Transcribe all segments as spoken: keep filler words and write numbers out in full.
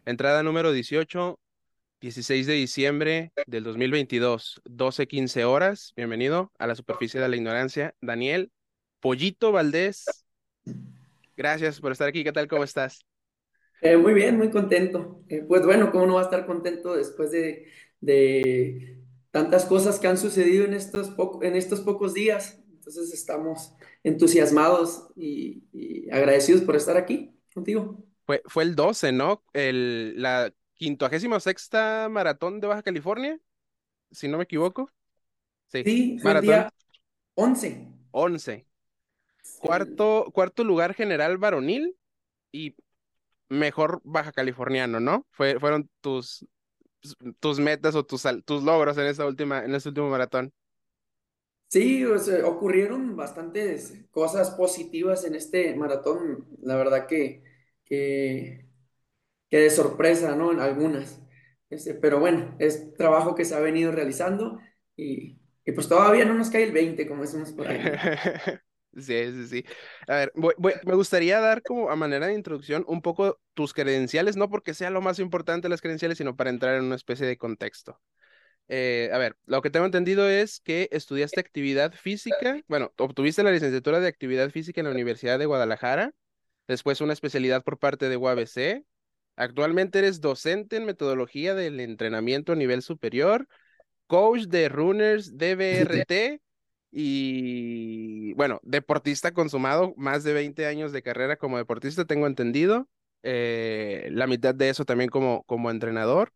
Entrada número dieciocho, dieciséis de diciembre del dos mil veintidós, doce quince horas. Bienvenido a la superficie de la ignorancia. Daniel Pollito Valdés, gracias por estar aquí. ¿Qué tal? ¿Cómo estás? Eh, muy bien, muy contento. Eh, pues bueno, ¿cómo no va a estar contento después de, de tantas cosas que han sucedido en estos, poco- en estos pocos días? Entonces estamos entusiasmados y, y agradecidos por estar aquí contigo. Fue, fue el doce, ¿no? El, la quincuagésima sexta maratón de Baja California, si no me equivoco. Sí, Sí, fue el maratón día once. once. El- Cuarto, cuarto lugar general varonil y mejor baja californiano, ¿no? Fue, fueron tus, tus metas o tus, al- tus logros en esta última, en este último maratón. sí, o sea, ocurrieron bastantes cosas positivas en este maratón. La verdad que, que que de sorpresa, ¿no? En algunas. Este, pero bueno, es trabajo que se ha venido realizando y, y pues todavía no nos cae el veinte como decimos por ahí, ¿no? Sí, sí, sí. A ver, voy- voy- me gustaría dar como a manera de introducción un poco tus credenciales, no porque sea lo más importante las credenciales, sino para entrar en una especie de contexto. Eh, a ver, lo que tengo entendido es que estudiaste actividad física, bueno, obtuviste la licenciatura de actividad física en la Universidad de Guadalajara, después una especialidad por parte de U A B C. Actualmente eres docente en metodología del entrenamiento a nivel superior, coach de runners D B R T y, bueno, deportista consumado, más de veinte años de carrera como deportista, tengo entendido. Eh, la mitad de eso también como, como entrenador.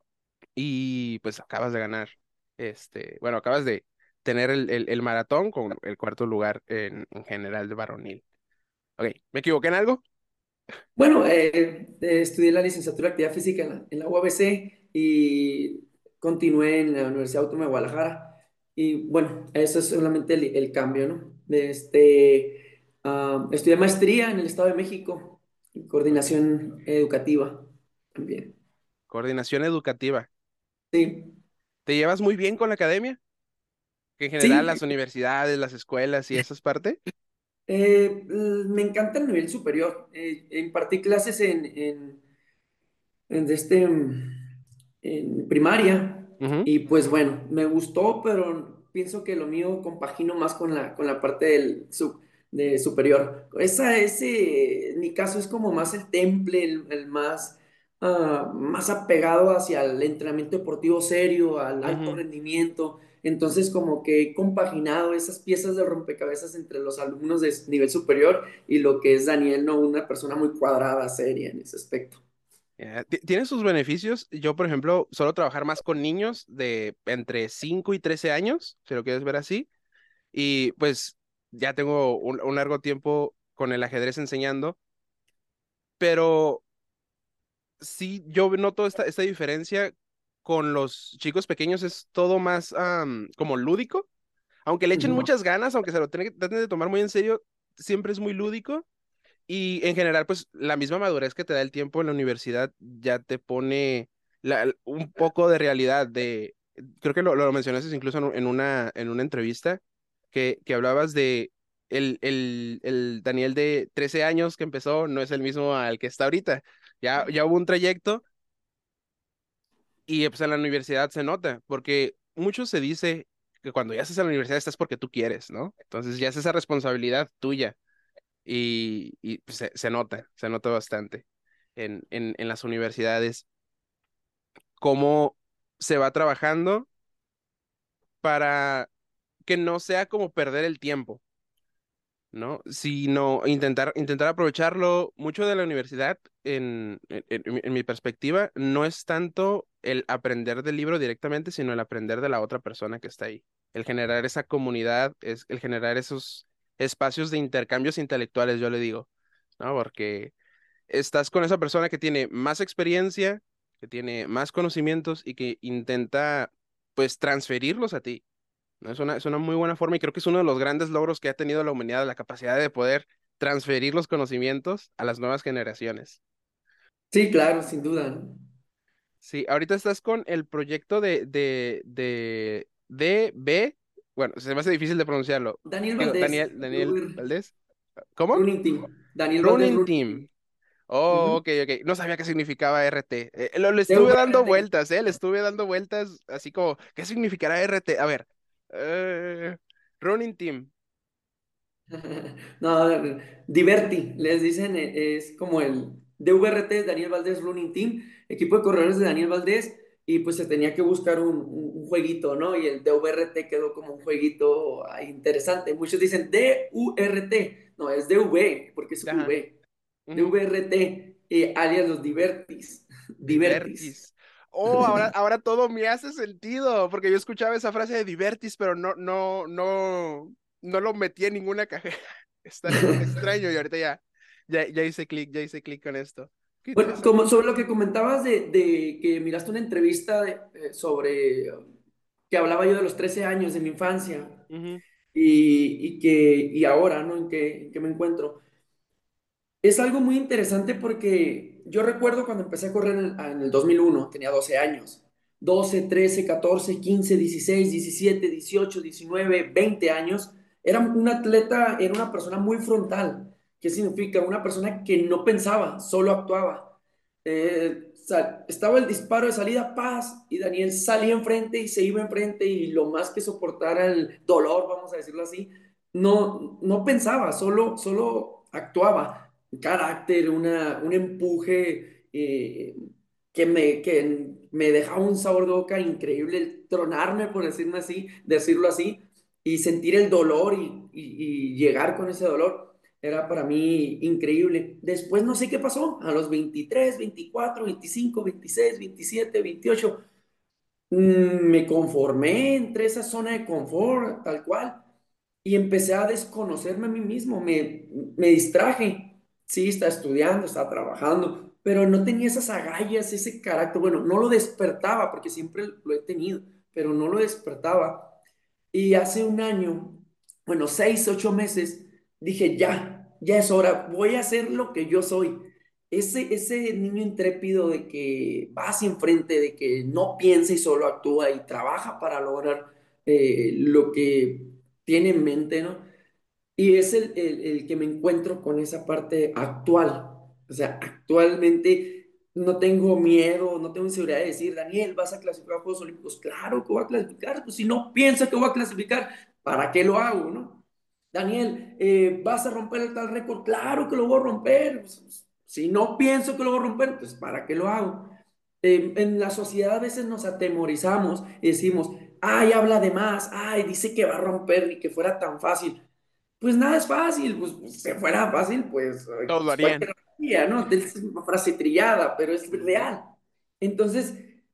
Y pues acabas de ganar, este, bueno, acabas de tener el, el, el maratón con el cuarto lugar en, en general de varonil. Ok, ¿me equivoqué en algo? Bueno, eh, eh, estudié la licenciatura de actividad física en la, en la U A B C y continué en la Universidad Autónoma de Guadalajara. Y bueno, eso es solamente el, el cambio, ¿no? De Este, ah, estudié maestría en el Estado de México, en Ok. coordinación educativa también. Coordinación educativa. Sí. ¿Te llevas muy bien con la academia? Que en general Sí, las universidades, las escuelas y esas partes. Eh, l- me encanta el nivel superior. Eh, impartí clases en, en, en este, mm, en primaria Ujú. y pues bueno, me gustó, pero pienso que lo mío compagino más con la, con la parte del sub, de superior. Esa, ese, en mi caso es como más el temple, el, el más, ah, más apegado hacia el entrenamiento deportivo serio, al alto Ujú. rendimiento. Entonces, como que he compaginado esas piezas de rompecabezas entre los alumnos de nivel superior y lo que es Daniel, no una persona muy cuadrada, seria en ese aspecto. Ya, ti- Tiene sus beneficios. Yo, por ejemplo, suelo trabajar más con niños de entre cinco y trece años, si lo quieres ver así. Y pues ya tengo un, un largo tiempo con el ajedrez enseñando, pero sí, yo noto esta, esta diferencia con los chicos pequeños, es todo más am, como lúdico, aunque le echen Ujú. muchas ganas, aunque se lo tienen que- traten de tomar muy en serio, siempre es muy lúdico y en general, pues la misma madurez que te da el tiempo en la universidad ya te pone la- un poco de realidad de, creo que lo, lo mencionaste incluso en, un- en una, en una entrevista, que, que hablabas de el, el, el Daniel de trece años que empezó, no es el mismo al que está ahorita. Ya, ya hubo un trayecto y eh, pues en la universidad se nota, porque mucho se dice que cuando ya estás en la universidad estás porque tú quieres, ¿no? Entonces ya es esa responsabilidad tuya y, y pues, se, se nota, se nota bastante en, en, en las universidades cómo se va trabajando para que no sea como perder el tiempo, ¿no? Sino intentar, intentar aprovecharlo. Mucho de la universidad, en, en, en mi en mi perspectiva, no es tanto el aprender del libro directamente, sino el aprender de la otra persona que está ahí. El generar esa comunidad, es el generar esos espacios de intercambios intelectuales, yo le digo, ¿no? Porque estás con esa persona que tiene más experiencia, que tiene más conocimientos y que intenta, pues, transferirlos a ti, ¿no? Es una, es una muy buena forma y creo que es uno de los grandes logros que ha tenido la humanidad, la capacidad de poder transferir los conocimientos a las nuevas generaciones. Sí, claro, sin duda, ¿no? Sí, ahorita estás con el proyecto de, de, de, D B, bueno, se me hace difícil de pronunciarlo. Daniel Digo, Valdés, Daniel, Daniel Ruber, Valdés. ¿Cómo? Running Team. Daniel Valdés Running Running Team. Team. Oh, Ujú. ok, ok. No sabía qué significaba R T. Eh, lo, le estuve dando D V R T. vueltas, ¿eh? Le estuve dando vueltas así como, ¿qué significará R T? A ver, eh, Running Team. No, Diverti, les dicen, eh, es como el D V R T, Daniel Valdés Running Team, equipo de corredores de Daniel Valdés, y pues se tenía que buscar un, un- un jueguito, ¿no? Y el D V R T quedó como un jueguito ah, interesante. Muchos dicen D U R T, no, es D V, porque es Ajá. V. Ujú. D V R T, eh, alias los Divertis. Divertis. Divertis. Oh, ahora, ahora todo me hace sentido, porque yo escuchaba esa frase de divertis, pero no, no, no, no lo metí en ninguna caja. Está extraño y ahorita ya, ya, ya hice clic, ya hice clic con esto. Qué Bueno, como interesante. sobre lo que comentabas de, de que miraste una entrevista de- eh, sobre que hablaba yo de los trece años de mi infancia Ujú, y, y que y ahora, ¿no? ¿En qué, en qué me encuentro? Es algo muy interesante porque yo recuerdo cuando empecé a correr en, en el dos mil uno, tenía doce años. Doce, trece, catorce, quince, dieciséis, diecisiete, dieciocho, diecinueve, veinte años. Era un atleta, era una persona muy frontal. ¿Qué significa? Una persona que no pensaba, solo actuaba. Eh, sa- estaba el disparo de salida, paz, y Daniel salía enfrente y se iba enfrente y lo más que soportara el dolor, vamos a decirlo así, no, no pensaba, solo, solo actuaba. Carácter, una, un empuje eh, que, me, que me dejaba un sabor de boca increíble, el tronarme, por decirme así, decirlo así, y sentir el dolor y, y, y llegar con ese dolor. Era para mí increíble. Después no sé qué pasó, a los veintitrés, veinticuatro, veinticinco, veintiséis, veintisiete, veintiocho, mm, me conformé entre esa zona de confort, tal cual, y empecé a desconocerme a mí mismo, me, me distraje. Sí, estaba estudiando, estaba trabajando, pero no tenía esas agallas, ese carácter. Bueno, no lo despertaba porque siempre lo he tenido, pero no lo despertaba. Y hace un año, bueno, seis, ocho meses, dije, ya, ya es hora, voy a hacer lo que yo soy. Ese, ese niño intrépido de que va hacia enfrente, de que no piensa y solo actúa y trabaja para lograr eh, lo que tiene en mente, ¿no? Y es el, el, el que me encuentro con esa parte actual. O sea, actualmente no tengo miedo, no tengo inseguridad de decir, Daniel, ¿vas a clasificar a Juegos Olímpicos? Claro que voy a clasificar, pues si no pienso que voy a clasificar, ¿para qué lo hago, no? Daniel, eh, ¿vas a romper el tal récord? Claro que lo voy a romper. Pues, si no pienso que lo voy a romper, pues ¿para qué lo hago? Eh, en la sociedad a veces nos atemorizamos y decimos, ay, habla de más, ay, dice que va a romper y que fuera tan fácil. Pues nada es fácil, pues si fuera fácil, pues todos lo harían. cualquier día, ¿no? Es una frase trillada, pero es Ujú, real. Entonces,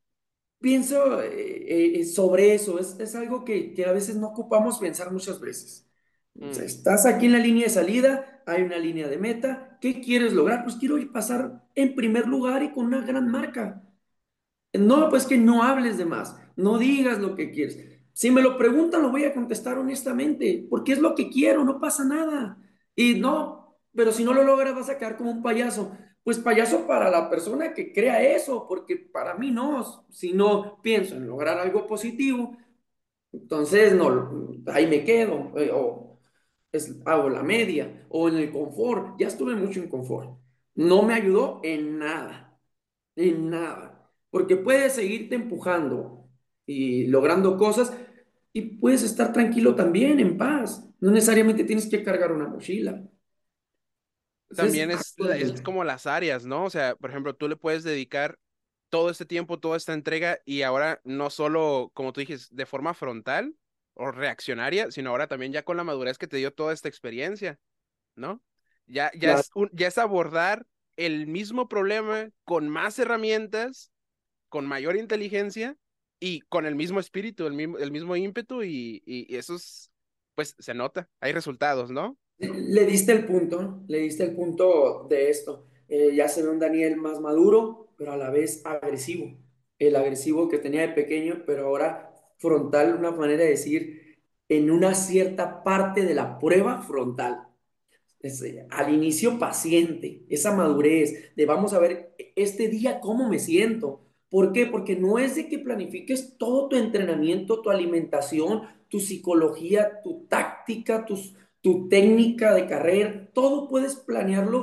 pienso eh, eh, sobre eso, es, es algo que, que a veces no ocupamos pensar muchas veces. O sea, mm. estás aquí en la línea de salida, hay una línea de meta, ¿qué quieres lograr? Pues quiero ir pasar en primer lugar y con una gran marca. No, pues que no hables de más, no digas lo que quieres. Si me lo preguntan, lo voy a contestar honestamente, porque es lo que quiero, no pasa nada. Y no, pero si no lo logras, vas a quedar como un payaso. Pues payaso para la persona que crea eso, porque para mí no. Si no pienso en lograr algo positivo, entonces no, ahí me quedo, eh, o es, hago la media, o en el confort. Ya estuve mucho en confort. No me ayudó en nada. En nada. Porque puedes seguirte empujando y logrando cosas y puedes estar tranquilo también, en paz. No necesariamente tienes que cargar una mochila. Entonces, También es, la- es como las áreas, ¿no? O sea, por ejemplo, tú le puedes dedicar todo este tiempo, toda esta entrega y ahora no solo, como tú dices, de forma frontal o reaccionaria, sino ahora también ya con la madurez que te dio toda esta experiencia, ¿no? Ya, ya claro, es un, ya es abordar el mismo problema con más herramientas, con mayor inteligencia y con el mismo espíritu, el mismo, el mismo ímpetu y, y eso es, pues se nota, hay resultados, ¿no? le diste el punto, le diste el punto de esto. Eh, ya se ve un Daniel más maduro, pero a la vez agresivo. El agresivo que tenía de pequeño, pero ahora frontal, una manera de decir, en una cierta parte de la prueba frontal. Es, eh, al inicio paciente, esa madurez de vamos a ver este día cómo me siento. ¿Por qué? Porque no es de que planifiques todo tu entrenamiento, tu alimentación, tu psicología, tu táctica, tus, tu técnica de carrera, todo puedes planearlo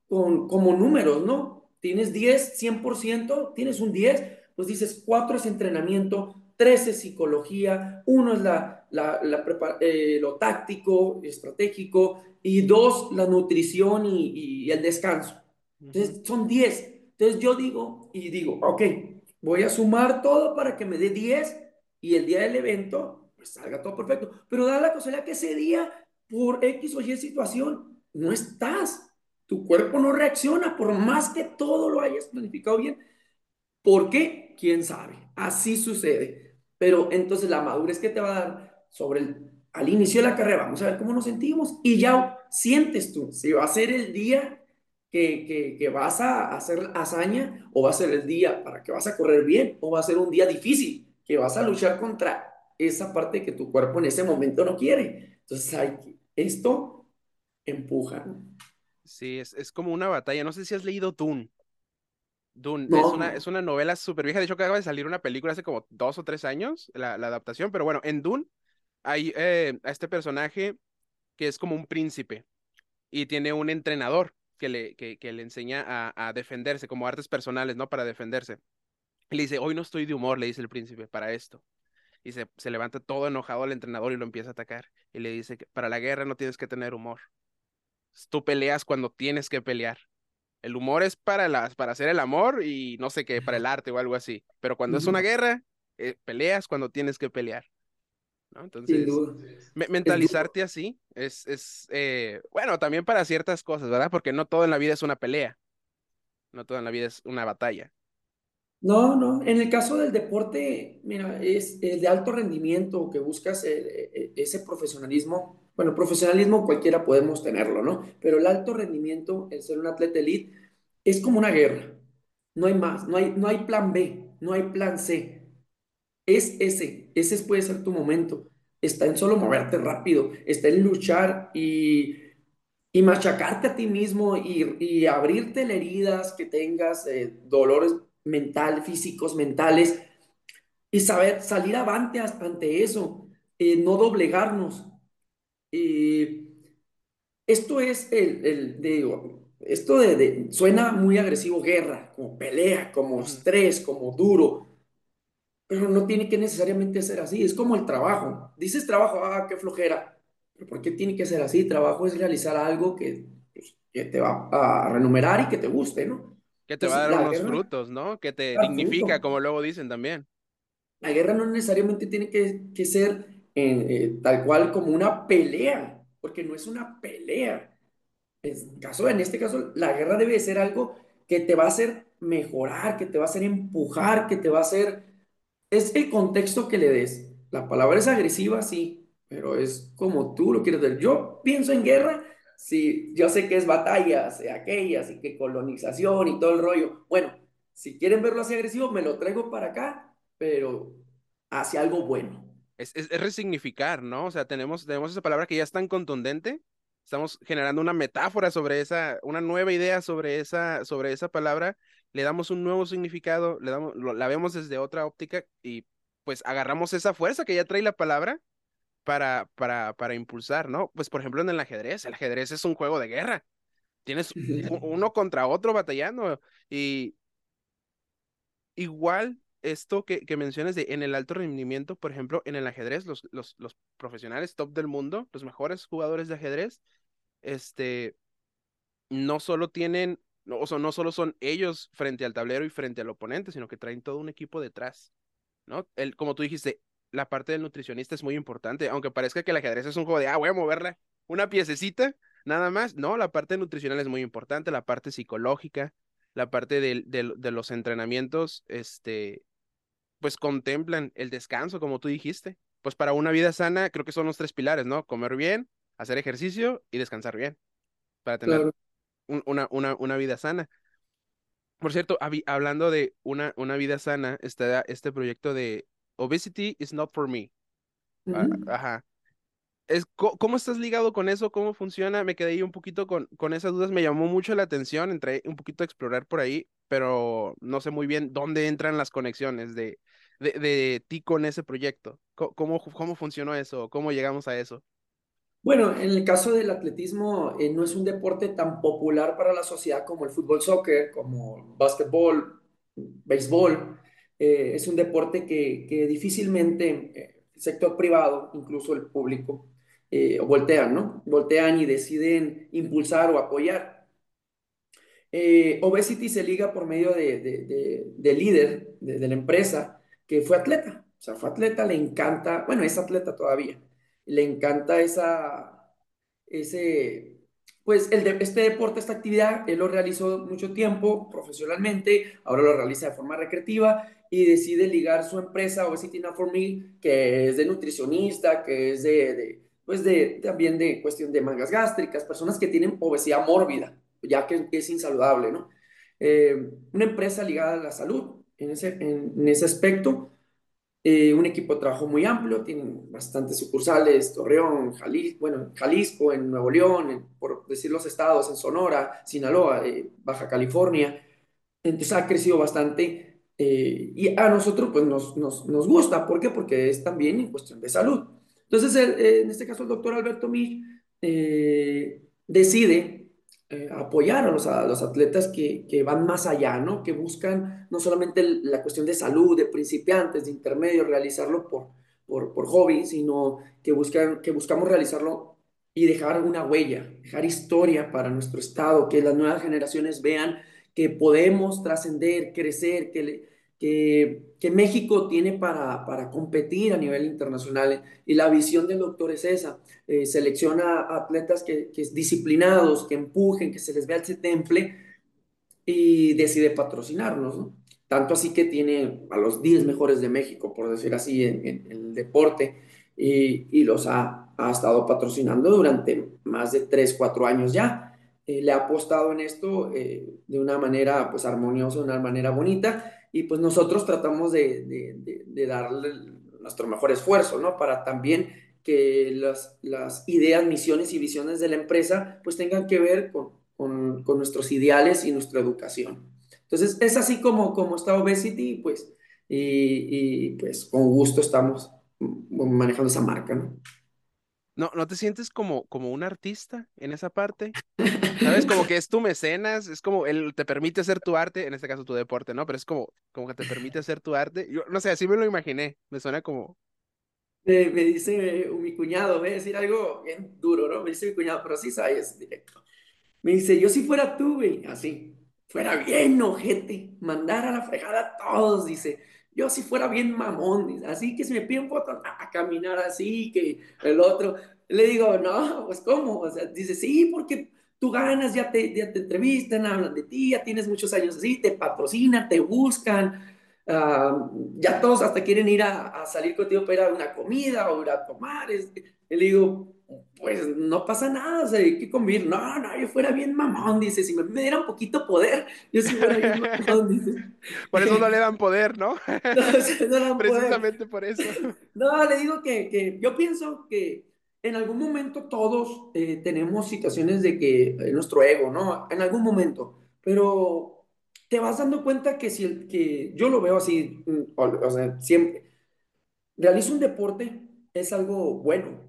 con, como números, ¿no? Tienes diez cien por ciento, tienes un diez, pues dices cuatro es entrenamiento, tres es psicología, uno es la, la, la eh, lo táctico, estratégico, y dos, la nutrición y, y el descanso. Ujú. Entonces, son diez. Entonces yo digo, y digo, ok, voy a sumar todo para que me dé diez y el día del evento, pues salga todo perfecto. Pero da la casualidad que ese día, por X o Y situación, no estás. Tu cuerpo no reacciona, por más que todo lo hayas planificado bien. ¿Por qué? ¿Quién sabe? Así sucede. Pero entonces la madurez que te va a dar sobre el, al inicio de la carrera, vamos a ver cómo nos sentimos y ya sientes tú si va a ser el día que, que, que vas a hacer hazaña o va a ser el día para que vas a correr bien o va a ser un día difícil que vas a luchar contra esa parte que tu cuerpo en ese momento no quiere. Entonces hay, esto empuja. Sí, es, es como una batalla. No sé si has leído Dune. Dune es una, No, es una novela súper vieja. De hecho, acaba de salir una película hace como dos o tres años, la, la adaptación. Pero bueno, en Dune hay eh, a este personaje que es como un príncipe y tiene un entrenador que le, que, que le enseña a, a defenderse, como artes personales, ¿no? Para defenderse. Y le dice, hoy no estoy de humor, le dice el príncipe, para esto. Y se, se levanta todo enojado el entrenador y lo empieza a atacar. Y le dice que para la guerra no tienes que tener humor. Tú peleas cuando tienes que pelear. El humor es para las, para hacer el amor y no sé qué, para el arte o algo así. Pero cuando es una guerra, eh, peleas cuando tienes que pelear, ¿no? sin Entonces, duda. me- Es duro. mentalizarte así es, es eh, bueno, también para ciertas cosas, ¿verdad? Porque no todo en la vida es una pelea, no todo en la vida es una batalla. No, no, en el caso del deporte, mira, es el de alto rendimiento que buscas eh, eh, ese profesionalismo. Bueno, profesionalismo cualquiera podemos tenerlo, ¿no? Pero el alto rendimiento, el ser un atleta elite, es como una guerra. No hay más, no hay, no hay plan B, no hay plan C. Es ese, ese puede ser tu momento. Está en solo moverte rápido, está en luchar y, y machacarte a ti mismo y, y abrirte las heridas que tengas, eh, dolores mental, físicos, mentales, y saber salir avante hasta ante eso, eh, no doblegarnos. Eh, esto es el, el digo, esto de, de- suena muy agresivo, guerra, como pelea, como Ujú. estrés, como duro, pero no tiene que necesariamente ser así. Es como el trabajo. Dices trabajo, ah, qué flojera. Pero ¿por qué tiene que ser así? Trabajo es realizar algo que, pues, que te va a remunerar y que te guste, ¿no? Que te va a Entonces, dar la unos guerra, frutos, ¿no? Que te da dignifica, fruto. como luego dicen también. La guerra no necesariamente tiene que, que ser eh, eh, tal cual como una pelea, porque no es una pelea. En caso, en este caso, la guerra debe ser algo que te va a hacer mejorar, que te va a hacer empujar, que te va a hacer. Es el contexto que le des. La palabra es agresiva, sí, pero es como tú lo quieres ver. Yo pienso en guerra, sí, yo sé que es batallas, eh, aquellas, y que colonización y todo el rollo. Bueno, si quieren verlo así agresivo, me lo traigo para acá, pero hacia algo bueno. Es, es, es resignificar, ¿no? O sea, tenemos, tenemos esa palabra que ya es tan contundente, estamos generando una metáfora sobre esa, una nueva idea sobre esa, sobre esa palabra, le damos un nuevo significado, le damos, lo- la vemos desde otra óptica y pues agarramos esa fuerza que ya trae la palabra para, para, para impulsar, ¿no? Pues por ejemplo en el ajedrez, el ajedrez es un juego de guerra, tienes u- uno contra otro batallando y igual, esto que, que mencionas de en el alto rendimiento, por ejemplo, en el ajedrez, los, los, los profesionales top del mundo, los mejores jugadores de ajedrez, este, no solo tienen, no, o sea, no solo son ellos frente al tablero y frente al oponente, sino que traen todo un equipo detrás, ¿no? El, como tú dijiste, la parte del nutricionista es muy importante, aunque parezca que el ajedrez es un juego de, ah, voy a moverla una piececita, nada más, no, la parte nutricional es muy importante, la parte psicológica, la parte del- del- de los entrenamientos, este pues contemplan el descanso, como tú dijiste. Pues para una vida sana, creo que son los tres pilares, ¿no? Comer bien, hacer ejercicio y descansar bien, para tener Claro. un- una, una, una vida sana. Por cierto, habi- hablando de una, una vida sana, está este proyecto de Obesity is not for me. Ah, Ujú. ajá. Es, co- ¿cómo estás ligado con eso? ¿Cómo funciona? Me quedé ahí un poquito con, con esas dudas. Me llamó mucho la atención. Entré un poquito a explorar por ahí, pero no sé muy bien dónde entran las conexiones de, de, de ti con ese proyecto. Co- ¿Cómo, cómo funcionó eso? ¿Cómo llegamos a eso? Bueno, en el caso del atletismo, eh, no es un deporte tan popular para la sociedad como el fútbol, soccer, como básquetbol, béisbol. Eh, es un deporte que, que difícilmente eh, el sector privado, incluso el público, eh, voltean, ¿no? Voltean y deciden impulsar o apoyar. Eh, Obesity se liga por medio de, de, de, de líder de, de la empresa que fue atleta. O sea, fue atleta, le encanta, bueno, es atleta todavía, le encanta esa, ese, pues el de, este deporte, esta actividad, él lo realizó mucho tiempo profesionalmente, ahora lo realiza de forma recreativa y decide ligar su empresa Obesity Not For Me, que es de nutricionista, que es de, de pues de, también de cuestión de mangas gástricas, personas que tienen obesidad mórbida, ya que es insaludable, ¿no? Eh, una empresa ligada a la salud en ese, en, en ese aspecto, eh, un equipo de trabajo muy amplio, tienen bastantes sucursales, Torreón, Jalisco, bueno, Jalisco, en Nuevo León, en, por decir los estados, en Sonora, Sinaloa, eh, Baja California. Entonces ha crecido bastante eh, y a nosotros pues nos, nos, nos, gusta. ¿Por qué? Porque es también en cuestión de salud. Entonces, eh, en este caso, el doctor Alberto Mich eh, decide eh, apoyar a los, a los atletas que, que, van más allá, ¿no? Que buscan no solamente la cuestión de salud, de principiantes, de intermedios, realizarlo por, por, por hobby, sino que, buscan, que buscamos realizarlo y dejar una huella, dejar historia para nuestro estado, que las nuevas generaciones vean que podemos trascender, crecer, que, le, que, que, México tiene para, para, competir a nivel internacional. Y la visión del doctor es esa, eh, selecciona atletas que, que disciplinados, que empujen, que se les vea el temple y decide patrocinarnos, ¿no? Tanto así que tiene a los diez mejores de México, por decir así, en, en, en el deporte, y, y los ha, ha, estado patrocinando durante más de tres cuatro años ya. Eh, le ha apostado en esto eh, de una manera pues armoniosa, de una manera bonita, y pues nosotros tratamos de, de, de, de darle nuestro mejor esfuerzo, ¿no? Para también que las, las ideas, misiones y visiones de la empresa pues tengan que ver con, con, con nuestros ideales y nuestra educación. Entonces, es así como, como está Obesity, pues, y, y, pues con gusto estamos manejando esa marca, ¿no? ¿No, no te sientes como, como un artista en esa parte? ¿Sabes? Como que es tu mecenas, es como él te permite hacer tu arte, en este caso tu deporte, ¿no? Pero es como, como que te permite hacer tu arte. Yo no sé, así me lo imaginé. Me suena como, Me, me dice eh, mi cuñado, voy a decir algo bien duro, ¿no? Me dice mi cuñado, pero sí sabes directo. Me dice, yo si fuera tú, güey, así, fuera bien ojete, mandar a la fregada a todos, dice, yo si fuera bien mamón, dice, así que si me piden fotos, a, a caminar así, que el otro, le digo, no, pues ¿cómo? O sea, dice, sí, porque tú ganas, ya te, ya te entrevistan, hablan de ti, ya tienes muchos años así, te patrocinan, te buscan, uh, ya todos hasta quieren ir a, a, salir contigo para ir a una comida o ir a tomar, es, y le digo, pues no pasa nada, o sea, hay que convivir. No, no, yo fuera bien mamón, dice, si me, me diera un poquito poder, yo sí fuera bien mamón, dice. por eso no le dan poder, ¿no? No, o sea, no dan poder. Precisamente por eso. No, le digo que, que yo pienso que en algún momento todos eh, tenemos situaciones de que eh, nuestro ego, ¿no? En algún momento, pero te vas dando cuenta que si el, que yo lo veo así, mm, o, o sea, siempre, realizo un deporte, es algo bueno,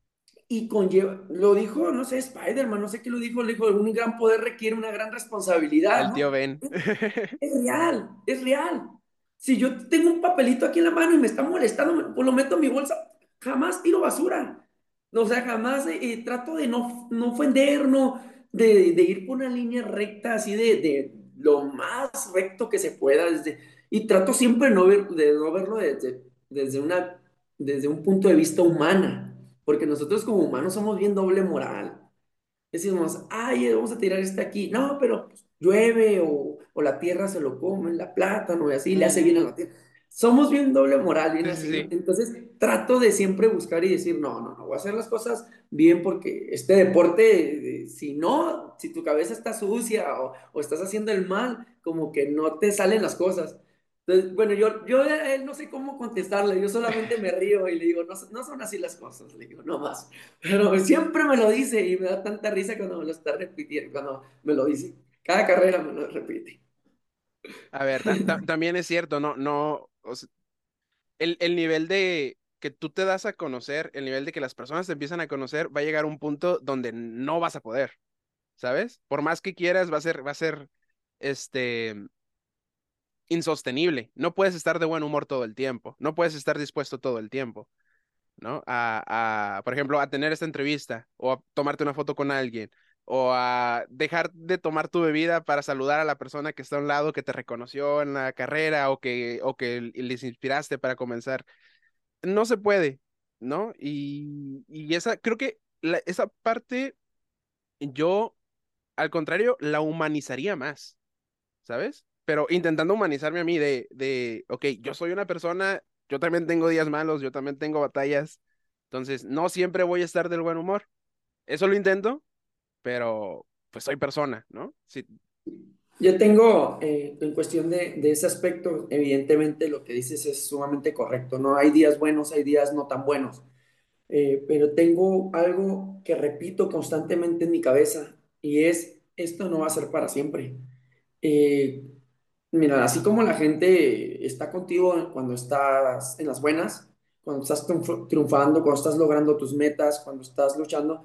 y conlleva, lo dijo, no sé, Spider-Man, no sé qué lo dijo, le dijo, un gran poder requiere una gran responsabilidad, El ¿no? tío Ben. Es real, es real. Si yo tengo un papelito aquí en la mano y me está molestando, pues lo meto en mi bolsa, jamás tiro basura. O sea, jamás eh, eh, trato de no, no ofender, no, de, de ir por una línea recta, así de, de lo más recto que se pueda. Desde, y trato siempre no ver, de no verlo desde, desde, una, desde un punto de vista humana, porque nosotros como humanos somos bien doble moral. Decimos, ay, vamos a tirar este aquí. No, pero pues, llueve o, o la tierra se lo come, la plátano y así, le hace bien a Ujú. la tierra. Somos bien doble moral, bien Sí, sí, así, ¿no? sí. Entonces trato de siempre buscar y decir, no, no, no, voy a hacer las cosas bien porque este deporte, eh, si no, si tu cabeza está sucia o, o estás haciendo el mal, como que no te salen las cosas. Entonces, bueno, yo, yo a él no sé cómo contestarle, yo solamente me río y le digo, no, no son así las cosas, le digo, no más. Pero siempre me lo dice y me da tanta risa cuando me lo está repitiendo, cuando me lo dice. Cada carrera me lo repite. A ver, ta- ta- también es cierto, no, no, o sea, el, el nivel de que tú te das a conocer, el nivel de que las personas te empiezan a conocer, va a llegar a un punto donde no vas a poder, ¿sabes? Por más que quieras, va a ser, va a ser, este, insostenible. No puedes estar de buen humor todo el tiempo, no puedes estar dispuesto todo el tiempo, ¿no? A, a, por ejemplo, a tener esta entrevista o a tomarte una foto con alguien o a dejar de tomar tu bebida para saludar a la persona que está a un lado que te reconoció en la carrera o que, o que les inspiraste para comenzar. No se puede, ¿no? Y, y esa, creo que la- esa parte yo, al contrario, la humanizaría más, ¿sabes? Pero intentando humanizarme a mí de, de, ok, yo soy una persona, yo también tengo días malos, yo también tengo batallas, entonces no siempre voy a estar del buen humor. Eso lo intento, pero pues soy persona, ¿no? Sí. Yo tengo, eh, en cuestión de, de ese aspecto, evidentemente lo que dices es sumamente correcto, ¿no? Hay días buenos, hay días no tan buenos. Eh, pero tengo algo que repito constantemente en mi cabeza y es, esto no va a ser para siempre. Eh, Mira, así como la gente está contigo cuando estás en las buenas, cuando estás triunf- triunfando, cuando estás logrando tus metas, cuando estás luchando,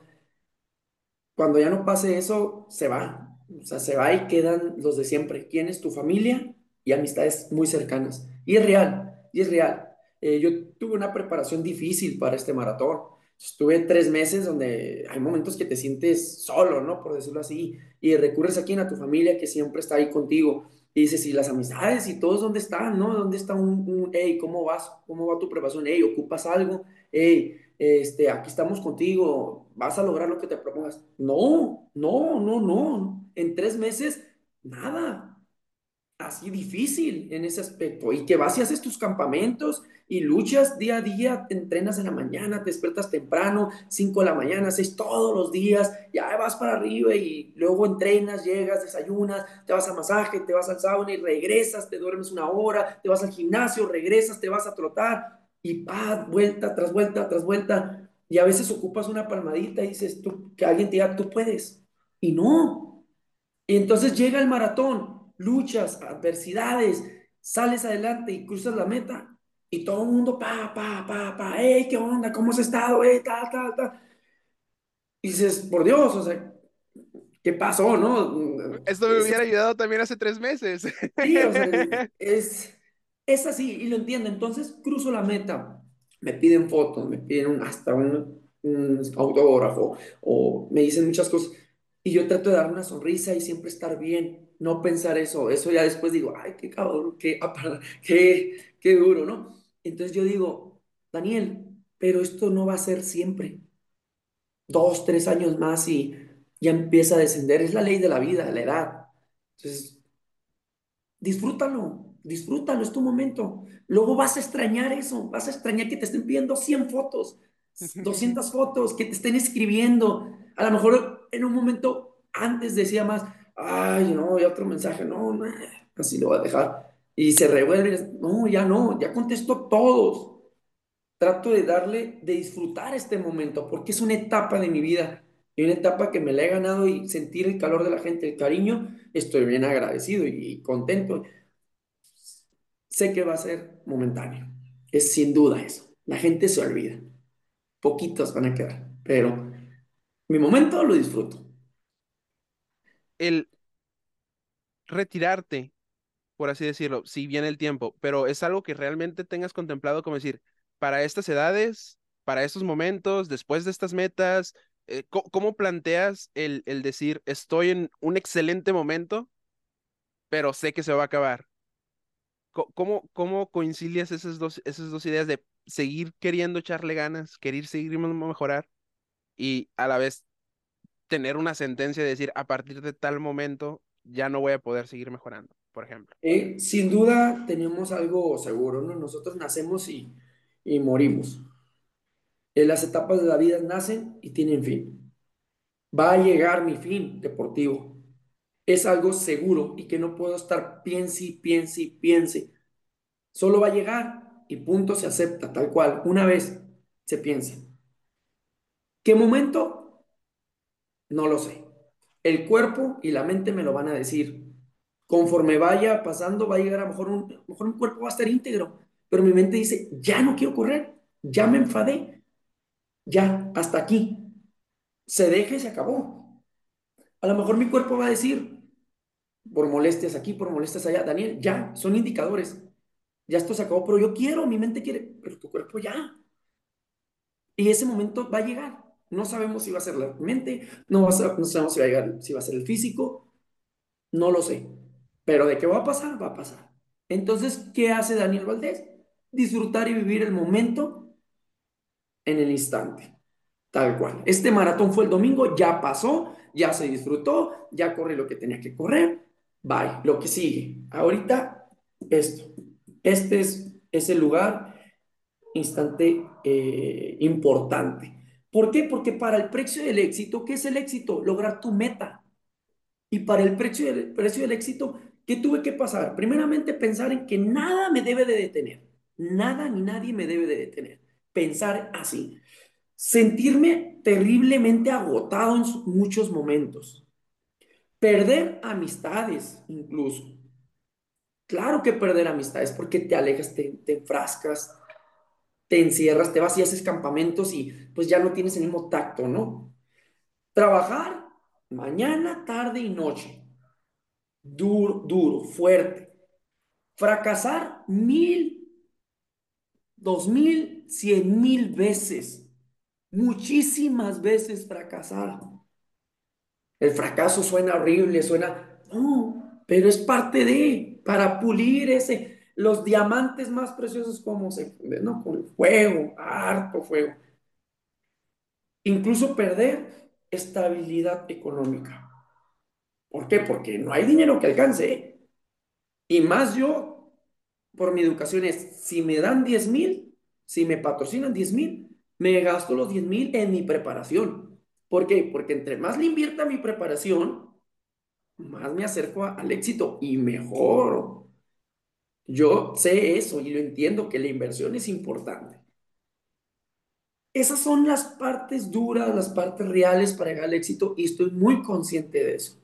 cuando ya no pase eso, se va. O sea, se va y quedan los de siempre. ¿Quién es tu familia? Y amistades muy cercanas. Y es real, y es real. Eh, yo tuve una preparación difícil para este maratón. Estuve tres meses donde hay momentos que te sientes solo, ¿no? Por decirlo así. Y recurres a quién, a tu familia que siempre está ahí contigo. Y dices, ¿y las amistades? ¿Y todos dónde están, no? ¿Dónde está un, un hey, ¿cómo vas? ¿Cómo va tu preparación? Hey, ¿ocupas algo? Hey, este, aquí estamos contigo, vas a lograr lo que te propongas. No, no, no, no. En tres meses, nada. Así difícil en ese aspecto. Y que vas y haces tus campamentos y luchas día a día, te entrenas en la mañana, te despiertas temprano, cinco de la mañana, seis todos los días, ya vas para arriba y luego entrenas, llegas, desayunas, te vas a masaje, te vas al sauna y regresas, te duermes una hora, te vas al gimnasio, regresas, te vas a trotar y pa, vuelta tras vuelta tras vuelta. Y a veces ocupas una palmadita y dices, tú, que alguien te diga, tú puedes. Y no, y entonces llega el maratón, luchas, adversidades, sales adelante y cruzas la meta y todo el mundo, pa, pa, pa, pa, hey, ¿qué onda? ¿Cómo has estado? Hey, tal, tal, tal. Y dices, por Dios, o sea, ¿qué pasó, no? Esto me Es hubiera ayudado también hace tres meses. Sí, o sea, es, es así y lo entiendo. Entonces cruzo la meta, me piden fotos, me piden un- hasta un, un autógrafo o me dicen muchas cosas y yo trato de dar una sonrisa y siempre estar bien, no pensar eso. Eso ya después digo, ay, qué cabrón, qué, ah, perdón, qué, qué duro, ¿no? Entonces yo digo, Daniel, pero esto no va a ser siempre. Dos, tres años más y ya empieza a descender. Es la ley de la vida, la edad. Entonces disfrútalo, disfrútalo, es tu momento. Luego vas a extrañar eso, vas a extrañar que te estén pidiendo cien fotos, doscientas fotos, que te estén escribiendo. A lo mejor en un momento antes decía más, ay, no, y otro mensaje, no, no, así lo voy a dejar. Y se revuelve, no, ya no, ya contesto todos. Trato de darle, de disfrutar este momento, porque es una etapa de mi vida y una etapa que me la he ganado y sentir el calor de la gente, el cariño, estoy bien agradecido y contento. Sé que va a ser momentáneo. Es sin duda eso. La gente se olvida. Poquitos van a quedar. Pero mi momento lo disfruto. El retirarte, por así decirlo, si viene el tiempo, pero es algo que realmente tengas contemplado como decir, para estas edades, para estos momentos, después de estas metas, eh, co- ¿cómo planteas el, el decir, estoy en un excelente momento, pero sé que se va a acabar? Co- ¿Cómo, cómo concilias esas dos, esas dos ideas de seguir queriendo echarle ganas, querer seguir mo- mejorar y a la vez tener una sentencia de decir, a partir de tal momento ya no voy a poder seguir mejorando, por ejemplo? Eh, sin duda tenemos algo seguro, ¿no? Nosotros nacemos y, y morimos. Eh, las etapas de la vida nacen y tienen fin. Va a llegar mi fin deportivo. Es algo seguro y que no puedo estar piense y piense y piense. Solo va a llegar y punto, se acepta tal cual. Una vez se piensa. ¿Qué momento? No lo sé. El cuerpo y la mente me lo van a decir. Conforme vaya pasando, va a llegar a lo mejor un, a lo mejor un cuerpo va a estar íntegro, pero mi mente dice, ya no quiero correr. Ya me enfadé, ya, hasta aquí. Se deja y se acabó. A lo mejor mi cuerpo va a decir, por molestias aquí, por molestias allá, Daniel, ya, son indicadores. Ya esto se acabó, pero yo quiero, mi mente quiere, pero tu cuerpo ya. Y ese momento va a llegar. No sabemos si va a ser la mente, no, va a ser- no sabemos si va a llegar, si va a ser el físico, no lo sé. Pero de qué va a pasar, va a pasar. Entonces, ¿qué hace Daniel Valdés? Disfrutar y vivir el momento en el instante. Tal cual. Este maratón fue el domingo, ya pasó, ya se disfrutó, ya corrí lo que tenía que correr. Bye. Lo que sigue. Ahorita, esto. Este es, es el lugar, instante eh, importante. ¿Por qué? Porque para el precio del éxito, ¿qué es el éxito? Lograr tu meta. Y para el precio del, precio del éxito, ¿qué tuve que pasar? Primeramente, pensar en que nada me debe de detener. Nada ni nadie me debe de detener. Pensar así. Sentirme terriblemente agotado en muchos momentos. Perder amistades incluso. Claro que perder amistades porque te alejas, te, te enfrascas, te encierras, te vas y haces campamentos y pues ya no tienes el mismo tacto, ¿no? Trabajar mañana, tarde y noche. Duro, duro, fuerte. Fracasar mil, dos mil, cien mil veces. Muchísimas veces fracasar. El fracaso suena horrible, suena, no, pero es parte de, para pulir ese, los diamantes más preciosos como se, no, con fuego, harto fuego. Incluso perder estabilidad económica. ¿Por qué? Porque no hay dinero que alcance, ¿eh? Y más yo, por mi educación es, si me dan diez mil, si me patrocinan diez mil, me gasto los diez mil en mi preparación. ¿Por qué? Porque entre más le invierta mi preparación, más me acerco a- al éxito y mejor. Yo sé eso y lo entiendo que la inversión es importante. Esas son las partes duras, las partes reales para llegar al éxito y estoy muy consciente de eso.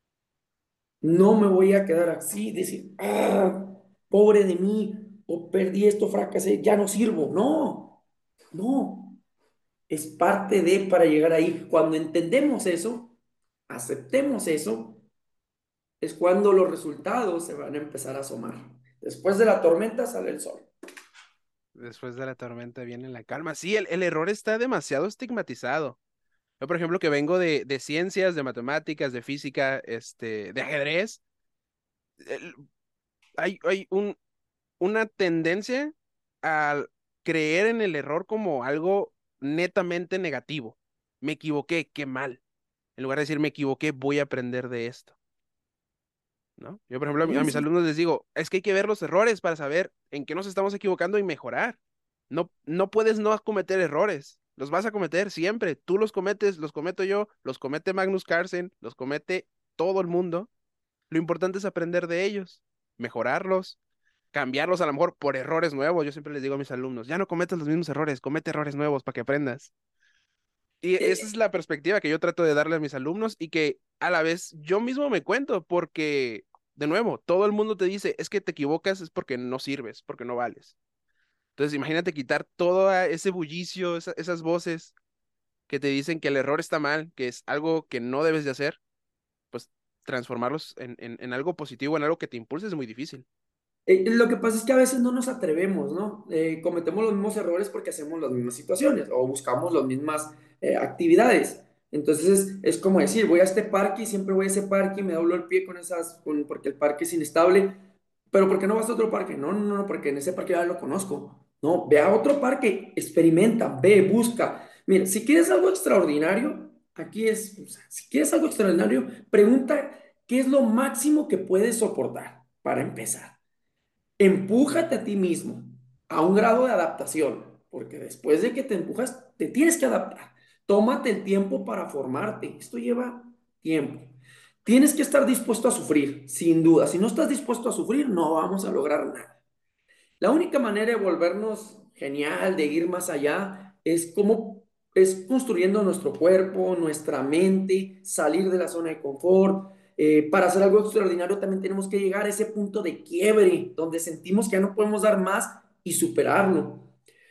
No me voy a quedar así, decir, ah, pobre de mí, o perdí esto, fracasé, ya no sirvo. No, no, es parte de para llegar ahí. Cuando entendemos eso, aceptemos eso, es cuando los resultados se van a empezar a asomar. Después de la tormenta sale el sol. Después de la tormenta viene la calma. Sí, el, el error está demasiado estigmatizado. Yo, por ejemplo, que vengo de, de ciencias, de matemáticas, de física, este, de ajedrez, el- hay, hay un, una tendencia a creer en el error como algo netamente negativo. Me equivoqué, qué mal. En lugar de decir me equivoqué, voy a aprender de esto, ¿no? Yo, por ejemplo, a, mi- a Sí, mis sí. alumnos les digo, es que hay que ver los errores para saber en qué nos estamos equivocando y mejorar. No, no puedes no cometer errores. Los vas a cometer siempre. Tú los cometes, los cometo yo, los comete Magnus Carlsen, los comete todo el mundo. Lo importante es aprender de ellos, mejorarlos, cambiarlos a lo mejor por errores nuevos. Yo siempre les digo a mis alumnos, ya no cometas los mismos errores, comete errores nuevos para que aprendas. Y esa Eh, es la perspectiva que yo trato de darle a mis alumnos y que a la vez yo mismo me cuento porque, de nuevo, todo el mundo te dice, es que te equivocas es porque no sirves, porque no vales. Entonces imagínate quitar todo ese bullicio, esa- esas voces que te dicen que el error está mal, que es algo que no debes de hacer, pues transformarlos en, en, en algo positivo, en algo que te impulse es muy difícil. Eh, lo que pasa es que a veces no nos atrevemos, ¿no? Eh, cometemos los mismos errores porque hacemos las mismas situaciones o buscamos las mismas eh, actividades. Entonces es, es como decir, voy a este parque y siempre voy a ese parque y me doblo el pie con esas, con- porque el parque es inestable. Pero ¿por qué no vas a otro parque? No, no, no, porque en ese parque ya lo conozco. No, ve a otro parque, experimenta, ve, busca. Mira, si quieres algo extraordinario, aquí es, o sea, si quieres algo extraordinario, pregunta qué es lo máximo que puedes soportar para empezar. Empújate a ti mismo a un grado de adaptación, porque después de que te empujas, te tienes que adaptar. Tómate el tiempo para formarte. Esto lleva tiempo. Tienes que estar dispuesto a sufrir, sin duda. Si no estás dispuesto a sufrir, no vamos a lograr nada. La única manera de volvernos genial, de ir más allá, es como es construyendo nuestro cuerpo, nuestra mente, salir de la zona de confort. Eh, para hacer algo extraordinario también tenemos que llegar a ese punto de quiebre donde sentimos que ya no podemos dar más y superarlo.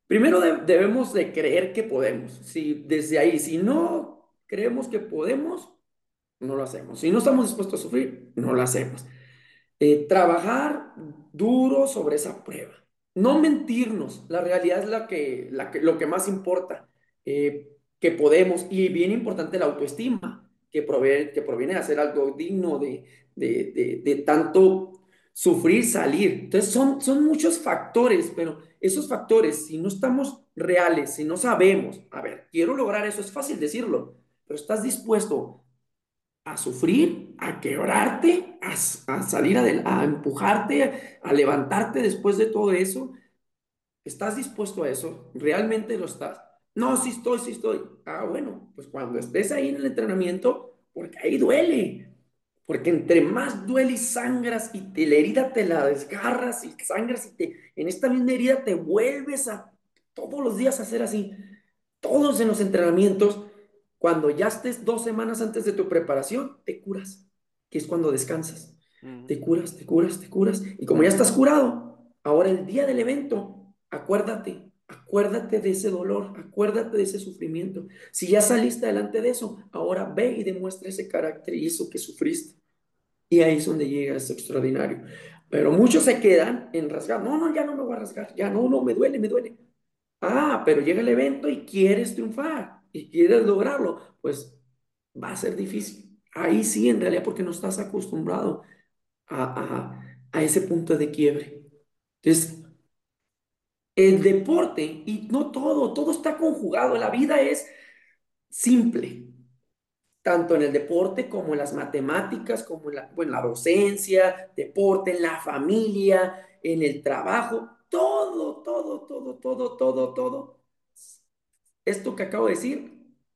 Primero de- debemos de creer que podemos. Si desde ahí, si no creemos que podemos, no lo hacemos. Si no estamos dispuestos a sufrir, no lo hacemos. Eh, trabajar duro sobre esa prueba. No mentirnos, la realidad es la que, la que, lo que más importa, eh, que podemos, y bien importante la autoestima, que proviene, que proviene de hacer algo digno de, de, de, de tanto sufrir, salir. Entonces son, son muchos factores, pero esos factores, si no estamos reales, si no sabemos, a ver, quiero lograr eso, es fácil decirlo, pero estás dispuesto a sufrir, a quebrarte, a, a salir adelante, a empujarte, a levantarte después de todo eso. ¿Estás dispuesto a eso? ¿Realmente lo estás? No, sí estoy, sí estoy. Ah, bueno, pues cuando estés ahí en el entrenamiento, porque ahí duele. Porque entre más duele y sangras y te, la herida te la desgarras y sangras y te, en esta misma herida te vuelves a todos los días a hacer así. Todos en los entrenamientos, cuando ya estés dos semanas antes de tu preparación, te curas, que es cuando descansas. Mm, Te curas, te curas, te curas. Y como ya estás curado, ahora el día del evento, acuérdate, acuérdate de ese dolor, acuérdate de ese sufrimiento. Si ya saliste adelante de eso, ahora ve y demuestra ese carácter y eso que sufriste. Y ahí es donde llega eso extraordinario. Pero muchos se quedan en rasgar. No, no, ya no me voy a rasgar. Ya no, no, me duele, me duele. Ah, pero llega el evento y quieres triunfar y quieres lograrlo, pues va a ser difícil. Ahí sí, en realidad, porque no estás acostumbrado a, a, a ese punto de quiebre. Entonces, el deporte, y no todo, todo está conjugado. La vida es simple, tanto en el deporte como en las matemáticas, como en la, bueno, la docencia, deporte, en la familia, en el trabajo. Todo, todo, todo, todo, todo, todo esto que acabo de decir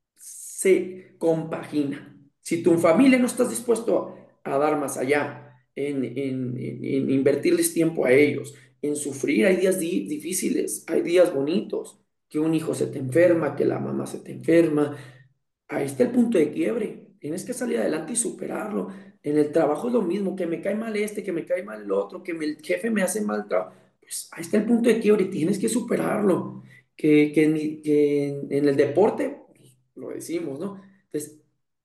se compagina. Si tu familia no estás dispuesto a, a dar más allá, en, en, en, en, invertirles tiempo a ellos, en sufrir, hay días di difíciles, hay días bonitos, que un hijo se te enferma, que la mamá se te enferma, ahí está el punto de quiebre. Tienes que salir adelante y superarlo. En el trabajo es lo mismo, que me cae mal este, que me cae mal el otro, que me, el jefe me hace mal trabajo. Pues ahí está el punto de quiebre y tienes que superarlo. Que, que, en, que en, en el deporte, pues, lo decimos, ¿no? Entonces,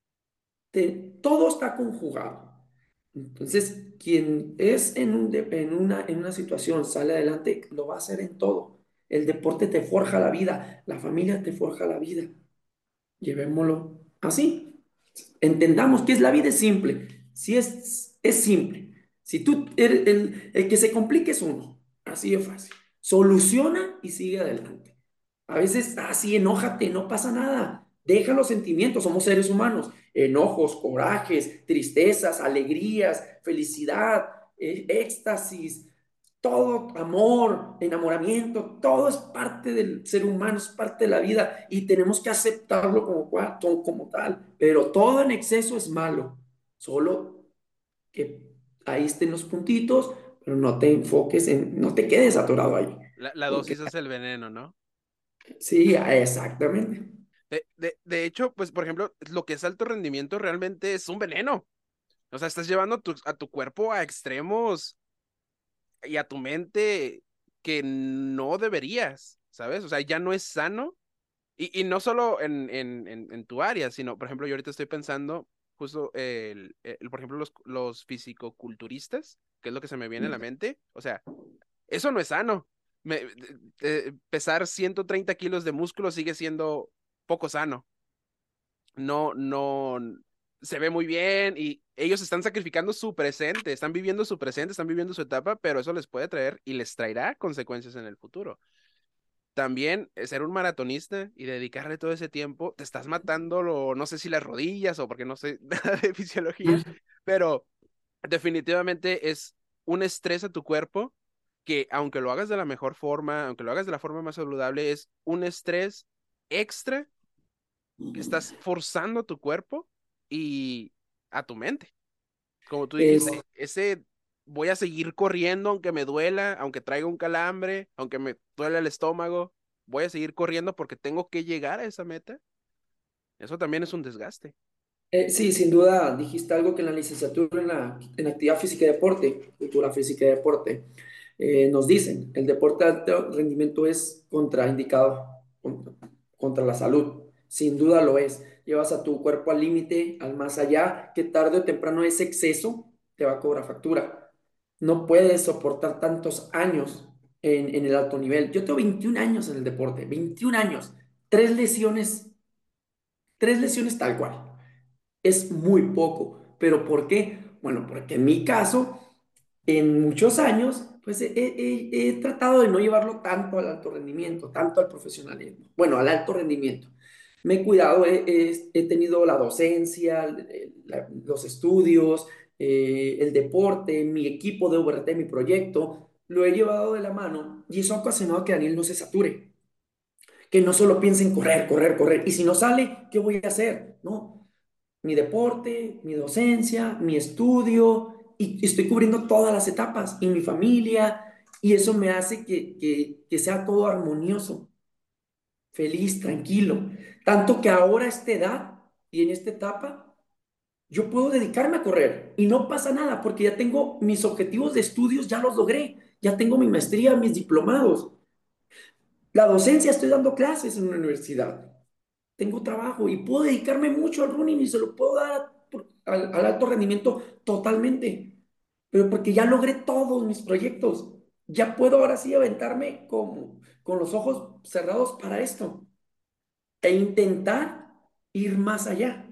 te- todo está conjugado. Entonces, quien es en, un de- en, una, en una situación, sale adelante, lo va a hacer en todo. El deporte te forja la vida, la familia te forja la vida. Llevémoslo así. Entendamos que es la vida es simple. Si es, es simple. Si tú, eres el, el que se complique es uno. Así de fácil. Soluciona y sigue adelante. A veces, así, enójate, no pasa nada. Deja los sentimientos, somos seres humanos. Enojos, corajes, tristezas, alegrías, felicidad, eh, éxtasis, todo amor, enamoramiento, todo es parte del ser humano, es parte de la vida y tenemos que aceptarlo como, como, como tal, pero todo en exceso es malo, solo que ahí estén los puntitos, pero no te enfoques en, no te quedes atorado ahí, La, la porque dosis es el veneno, ¿no? sí, exactamente. De, de, de hecho, pues, por ejemplo, lo que es alto rendimiento realmente es un veneno. O sea, estás llevando a tu, a tu cuerpo a extremos y a tu mente que no deberías, ¿sabes? O sea, ya no es sano. Y, y no solo en, en, en, en tu área, sino, por ejemplo, yo ahorita estoy pensando justo, el, el- por ejemplo, los, los fisicoculturistas, que es lo que se me viene a la mente. O sea, eso no es sano. Me- eh, pesar ciento treinta kilos de músculo sigue siendo poco sano. No, no, se ve muy bien y ellos están sacrificando su presente, están viviendo su presente, están viviendo su etapa, pero eso les puede traer y les traerá consecuencias en el futuro. También eh, ser un maratonista y dedicarle todo ese tiempo, te estás matando, lo, no sé si las rodillas o porque no sé nada de fisiología, pero definitivamente es un estrés a tu cuerpo que aunque lo hagas de la mejor forma, aunque lo hagas de la forma más saludable, es un estrés extra que estás forzando a tu cuerpo y a tu mente. Como tú Es, dijiste, ese voy a seguir corriendo aunque me duela, aunque traiga un calambre, aunque me duele el estómago, voy a seguir corriendo porque tengo que llegar a esa meta. Eso también es un desgaste. eh, sí, sin duda dijiste algo que en la licenciatura en la en actividad física y deporte, cultura física y deporte, eh, nos dicen, el deporte de alto rendimiento es contraindicado contra, contra la salud. Sin duda lo es. Llevas a tu cuerpo al límite, al más allá, que tarde o temprano ese exceso te va a cobrar factura. No puedes soportar tantos años en, en el alto nivel. Yo tengo veintiún años en el deporte, veintiún años, tres lesiones, tres lesiones tal cual. Es muy poco. ¿Pero por qué? Bueno, porque en mi caso en muchos años, pues he, he- he tratado de no llevarlo tanto al alto rendimiento, tanto al profesionalismo, bueno, al alto rendimiento. Me he cuidado, he, he- he tenido la docencia, el- la- los estudios, eh, el deporte, mi equipo de V R T, mi proyecto, lo he llevado de la mano y eso ha ocasionado que Daniel no se sature, que no solo piense en correr, correr, correr, y si no sale, ¿qué voy a hacer? No, mi deporte, mi docencia, mi estudio, y estoy cubriendo todas las etapas, y mi familia, y eso me hace que, que, que sea todo armonioso, feliz, tranquilo. Tanto que ahora a esta edad y en esta etapa, yo puedo dedicarme a correr y no pasa nada porque ya tengo mis objetivos de estudios, ya los logré, ya tengo mi maestría, mis diplomados. La docencia, estoy dando clases en una universidad, tengo trabajo y puedo dedicarme mucho al running y se lo puedo dar al, al alto rendimiento totalmente. Pero porque ya logré todos mis proyectos. Ya puedo ahora sí aventarme como, con los ojos cerrados para esto e intentar ir más allá.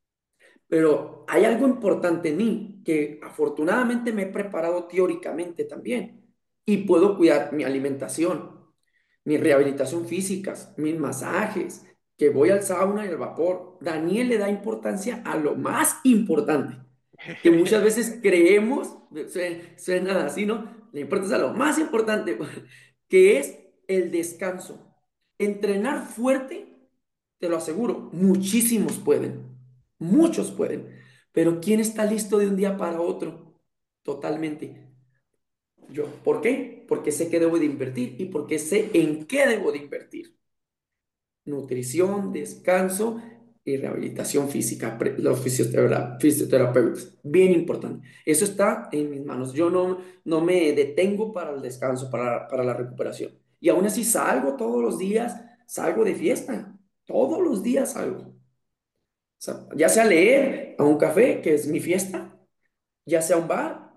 Pero hay algo importante en mí que afortunadamente me he preparado teóricamente también y puedo cuidar mi alimentación, mi rehabilitación físicas, mis masajes, que voy al sauna y al vapor. Daniel le da importancia a lo más importante, que muchas veces creemos, suena, suena así, ¿no? Le importa a lo más importante, que es el descanso. Entrenar fuerte, te lo aseguro, muchísimos pueden, muchos pueden, pero ¿quién está listo de un día para otro? Totalmente. Yo, ¿por qué? Porque sé que debo de invertir y porque sé en qué debo de invertir. Nutrición, descanso y rehabilitación física, los fisiotera- fisioterapeutas. Bien importante. Eso está en mis manos. Yo no, no me detengo para el descanso, para, para la recuperación. Y aún así salgo todos los días, salgo de fiesta. Todos los días salgo. O sea, ya sea leer a un café, que es mi fiesta, ya sea a un bar,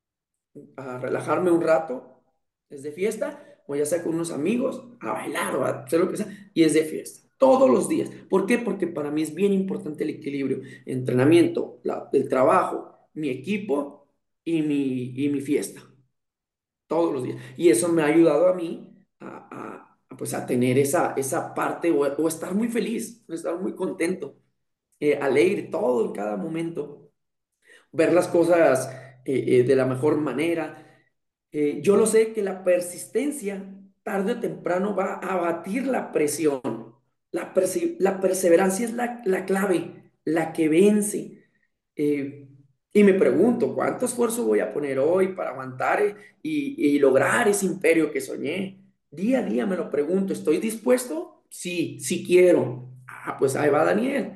a relajarme un rato, es de fiesta, o ya sea con unos amigos, a bailar o a hacer lo que sea, y es de fiesta. Todos los días. ¿Por qué? Porque para mí es bien importante el equilibrio. Entrenamiento, la, el trabajo, mi equipo y mi, y mi fiesta. Todos los días. Y eso me ha ayudado a mí a, a, pues a tener esa, esa parte o, o estar muy feliz, estar muy contento, eh, alegre, todo en cada momento. Ver las cosas eh, eh, de la mejor manera. Eh, yo lo sé que la persistencia tarde o temprano va a abatir la presión. La, perse- la perseverancia es la, la clave, la que vence. Eh, y me pregunto, ¿cuánto esfuerzo voy a poner hoy para aguantar eh, y, y lograr ese imperio que soñé? Día a día me lo pregunto, ¿estoy dispuesto? Sí, sí quiero. Ah, pues ahí va Daniel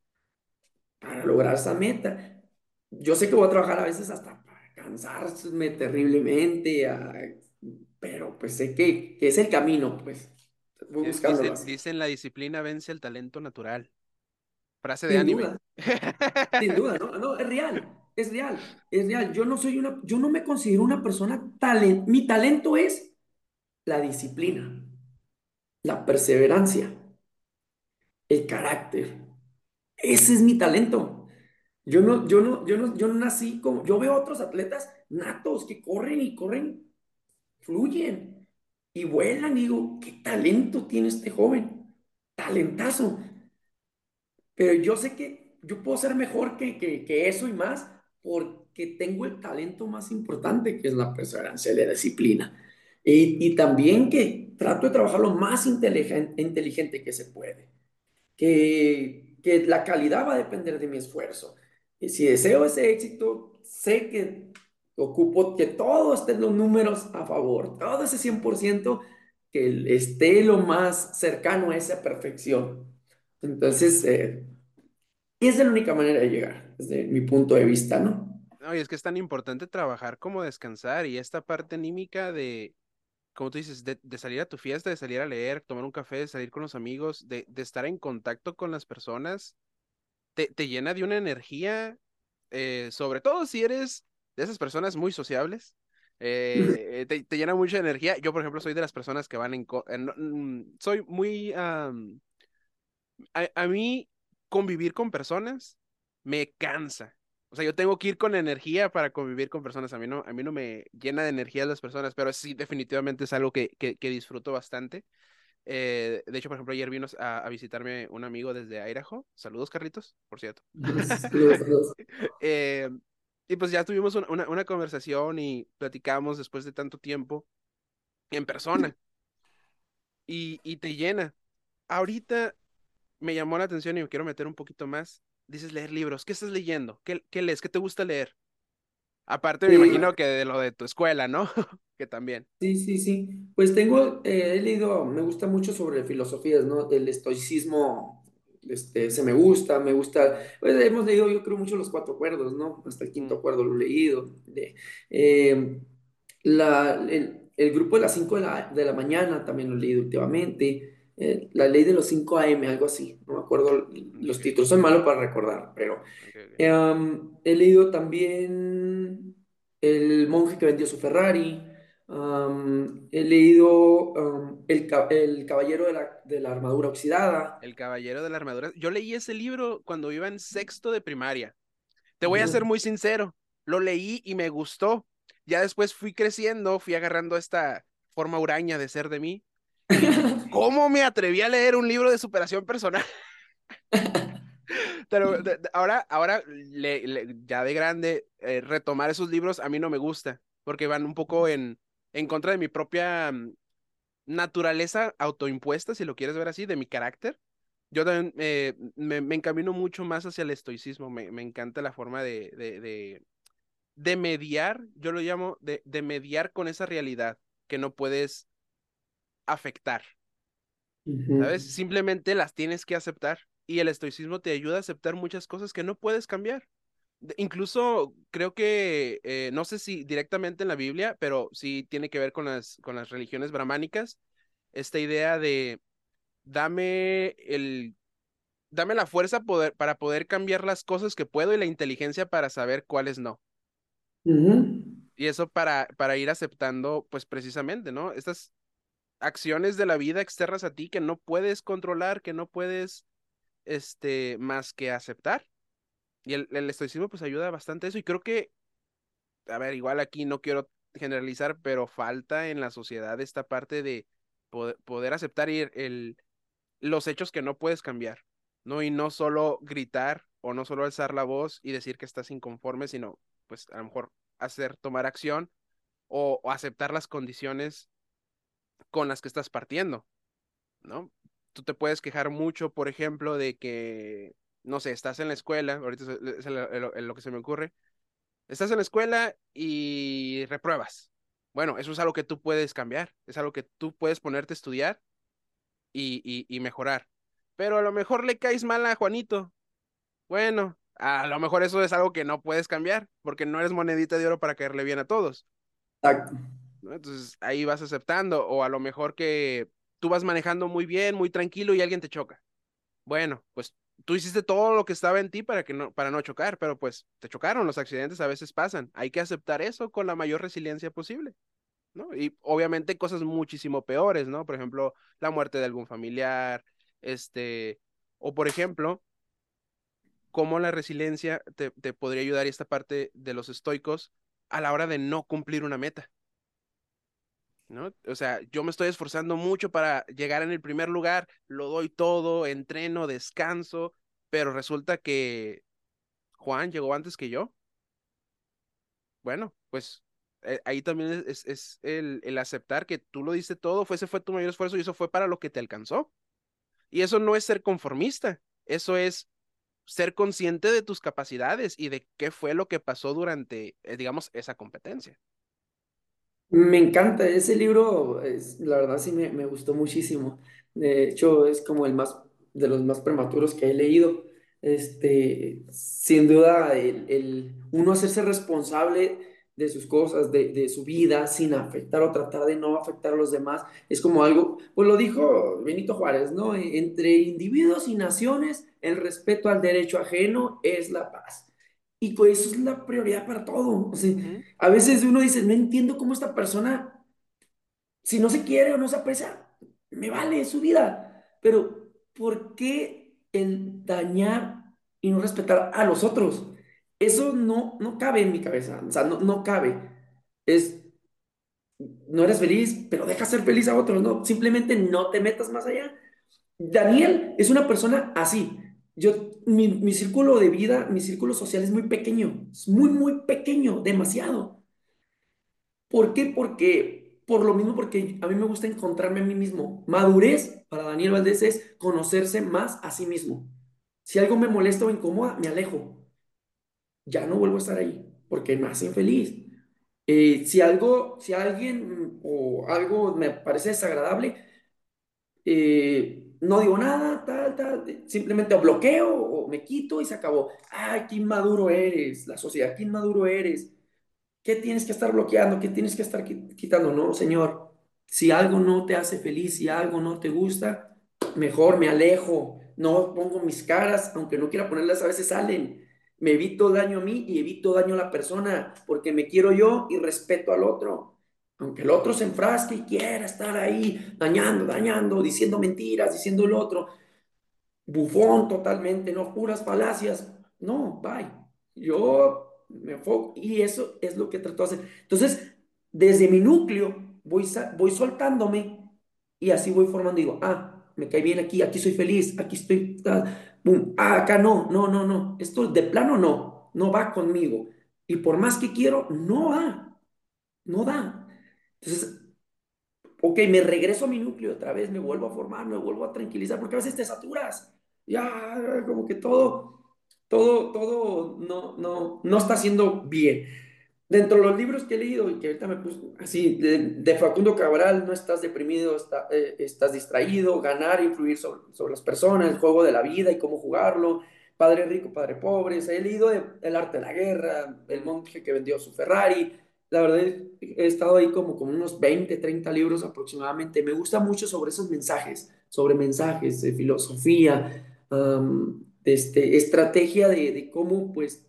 para lograr esa meta. Yo sé que voy a trabajar a veces hasta para cansarme terriblemente, a- pero pues sé que, que es el camino, pues voy Di- buscándolo Dicen, así. dicen la disciplina vence el talento natural. Frase de Sin anime. duda, sin duda, ¿no? No, es real, es real, es real. Yo no soy una, yo no me considero una persona talent, mi talento es la disciplina, la perseverancia, el carácter. Ese es mi talento. Yo no, yo no, yo no, yo no nací como, yo veo a otros atletas natos que corren y corren, fluyen y vuelan y digo, qué talento tiene este joven, talentazo. Pero yo sé que yo puedo ser mejor que, que, que eso y más porque tengo el talento más importante que es la perseverancia y la disciplina. Y, y también que trato de trabajar lo más inteligente, inteligente que se puede, que, que la calidad va a depender de mi esfuerzo. Y si deseo ese éxito, sé que ocupo que todo esté en los números a favor, todo ese cien por ciento que esté lo más cercano a esa perfección. Entonces, eh, esa es la única manera de llegar, desde mi punto de vista, ¿no? Oye, es que es tan importante trabajar como descansar y esta parte anímica de, como tú dices, de, de salir a tu fiesta, de salir a leer, tomar un café, de salir con los amigos, de, de estar en contacto con las personas, te, te llena de una energía, eh, sobre todo si eres de esas personas muy sociables, eh, eh, te, te llena mucha energía. Yo, por ejemplo, soy de las personas que van en... co- en- mm, soy muy... am, a, a mí convivir con personas me cansa. O sea, yo tengo que ir con energía para convivir con personas. A mí no, a mí no me llena de energía las personas, pero sí, definitivamente es algo que, que, que disfruto bastante. Eh, de hecho, por ejemplo, ayer vino a, a visitarme un amigo desde Idaho. Saludos, Carlitos, por cierto. Saludos, saludos. Eh, y pues ya tuvimos una, una, una conversación y platicamos después de tanto tiempo en persona y, y te llena. Ahorita me llamó la atención y me quiero meter un poquito más. Dices leer libros. ¿Qué estás leyendo? ¿Qué, qué lees? ¿Qué te gusta leer? Aparte, me Eh, imagino que de lo de tu escuela, ¿no? Que también. Sí, sí, sí. Pues tengo, eh, he leído, me gusta mucho sobre filosofías, ¿no? El estoicismo, este, se me gusta, me gusta. Ujú, Pues hemos leído, yo creo, mucho los cuatro acuerdos, ¿no? Hasta el quinto mm, acuerdo lo he leído. De, eh, la, el, el grupo de las cinco de la, de la mañana también lo he leído últimamente. Eh, la ley de los cinco a m, algo así. No me acuerdo los ok, títulos, soy malo para recordar, pero ok, ok. Em, he leído también El monje que vendió su Ferrari. Am, he leído am, el, ca- el caballero de la, de la armadura oxidada. El Caballero de la Armadura. Yo leí ese libro cuando iba en sexto de primaria. Te voy a ser Ujú. muy sincero. Lo leí y me gustó. Ya después fui creciendo, fui agarrando esta forma huraña de ser de mí y dije, ¿cómo me atreví a leer un libro de superación personal? Pero de- de- ahora, ahora le- le- ya de grande, eh, retomar esos libros a mí no me gusta, porque van un poco en, en contra de mi propia mm, naturaleza autoimpuesta, si lo quieres ver así, de mi carácter. Yo también eh, me, me encamino mucho más hacia el estoicismo, me, me encanta la forma de, de, de, de mediar, yo lo llamo de, de mediar con esa realidad que no puedes afectar. Ujú. ¿Sabes? Simplemente las tienes que aceptar y el estoicismo te ayuda a aceptar muchas cosas que no puedes cambiar. De- Incluso creo que, eh, no sé si directamente en la Biblia, pero sí tiene que ver con las, con las religiones brahmánicas, esta idea de dame el, dame la fuerza poder, para poder cambiar las cosas que puedo y la inteligencia para saber cuáles no. Ujú. Y eso para, para ir aceptando, pues precisamente, ¿no? Estas acciones de la vida externas a ti que no puedes controlar, que no puedes, este, más que aceptar. Y el, el estoicismo pues ayuda bastante a eso y creo que, a ver, igual aquí no quiero generalizar, pero falta en la sociedad esta parte de poder, poder aceptar y el, los hechos que no puedes cambiar, ¿no? Y no solo gritar o no solo alzar la voz y decir que estás inconforme, sino pues a lo mejor hacer, tomar acción o, o aceptar las condiciones con las que estás partiendo, ¿no? Tú te puedes quejar mucho, por ejemplo, de que, no sé, estás en la escuela, ahorita es, es lo lo- lo que se me ocurre, estás en la escuela y repruebas. Bueno, eso es algo que tú puedes cambiar, es algo que tú puedes ponerte a estudiar y, y, y mejorar. Pero a lo mejor le caes mal a Juanito. Bueno, a lo mejor eso es algo que no puedes cambiar, porque no eres monedita de oro para caerle bien a todos, Exacto. ¿no? Entonces ahí vas aceptando, o a lo mejor que tú vas manejando muy bien, muy tranquilo y alguien te choca. Bueno, pues tú hiciste todo lo que estaba en ti para que no, para no chocar, pero pues te chocaron, los accidentes a veces pasan. Hay que aceptar eso con la mayor resiliencia posible, ¿no? Y obviamente cosas muchísimo peores, ¿no? Por ejemplo, la muerte de algún familiar, este, o por ejemplo, cómo la resiliencia te, te podría ayudar y esta parte de los estoicos a la hora de no cumplir una meta, ¿no? O sea, yo me estoy esforzando mucho para llegar en el primer lugar, lo doy todo, entreno, descanso, pero resulta que Juan llegó antes que yo. Bueno, pues eh, ahí también es, es- es el, el aceptar que tú lo diste todo, fue, ese fue tu mayor esfuerzo y eso fue para lo que te alcanzó. Y eso no es ser conformista, eso es ser consciente de tus capacidades y de qué fue lo que pasó durante, eh, digamos, esa competencia. Me encanta, ese libro, es, la verdad sí me, me gustó muchísimo. De hecho, es como el más, de los más prematuros que he leído. Este, sin duda, el, el uno hacerse responsable de sus cosas, de, de su vida, sin afectar o tratar de no afectar a los demás, es como algo, pues lo dijo Benito Juárez, ¿no? Entre individuos y naciones, el respeto al derecho ajeno es la paz. Y pues eso es la prioridad para todo. O sea, Ujú. a veces uno dice, no entiendo cómo esta persona, si no se quiere o no se aprecia, me vale su vida. Pero, ¿por qué el dañar y no respetar a los otros? Eso no, no cabe en mi cabeza. O sea, no, no cabe. Es, no eres feliz, pero deja ser feliz a otros, ¿no? Simplemente no te metas más allá. Daniel es una persona así. Yo, mi, mi círculo de vida, mi círculo social es muy pequeño. Es muy, muy pequeño, demasiado. ¿Por qué? Porque, por lo mismo, porque a mí me gusta encontrarme a mí mismo. Madurez para Daniel Valdés es conocerse más a sí mismo. Si algo me molesta o incomoda, me alejo. Ya no vuelvo a estar ahí porque me hace infeliz. Eh, si algo, si alguien mm, o algo me parece desagradable, eh, no digo nada, tal, tal, simplemente o bloqueo o me quito y se acabó. Ay, qué inmaduro eres, la sociedad, qué inmaduro eres. ¿Qué tienes que estar bloqueando? ¿Qué tienes que estar quitando? No, señor. Si algo no te hace feliz, si algo no te gusta, mejor me alejo. No pongo mis caras, aunque no quiera ponerlas, a veces salen. Me evito daño a mí y evito daño a la persona, porque me quiero yo y respeto al otro. Aunque el otro se enfrasque y quiera estar ahí dañando, dañando, diciendo mentiras, diciendo lo otro, bufón totalmente, no puras falacias. No, bye. Yo me enfoco y eso es lo que trato de hacer. Entonces, desde mi núcleo voy, voy soltándome y así voy formando. Digo, ah, me cae bien aquí, aquí soy feliz, aquí estoy, tal, pum, ah, acá no, no, no, no. Esto de plano no, no va conmigo. Y por más que quiero, no va, no da. Entonces, ok, me regreso a mi núcleo otra vez, me vuelvo a formar, me vuelvo a tranquilizar, porque a veces te saturas. Ya, como que todo, todo, todo no, no, no está haciendo bien. Dentro de los libros que he leído y que ahorita me puse así, de, de Facundo Cabral, no estás deprimido, está- eh, estás distraído, ganar, influir sobre, sobre las personas, el juego de la vida y cómo jugarlo, Padre Rico, Padre Pobre. O sea, he leído de- El arte de la guerra, El Mm. monje que vendió su Ferrari. La verdad, he estado ahí como con unos veinte treinta libros aproximadamente. Me gusta mucho sobre esos mensajes, sobre mensajes de filosofía, um, de este, estrategia de, de cómo, pues,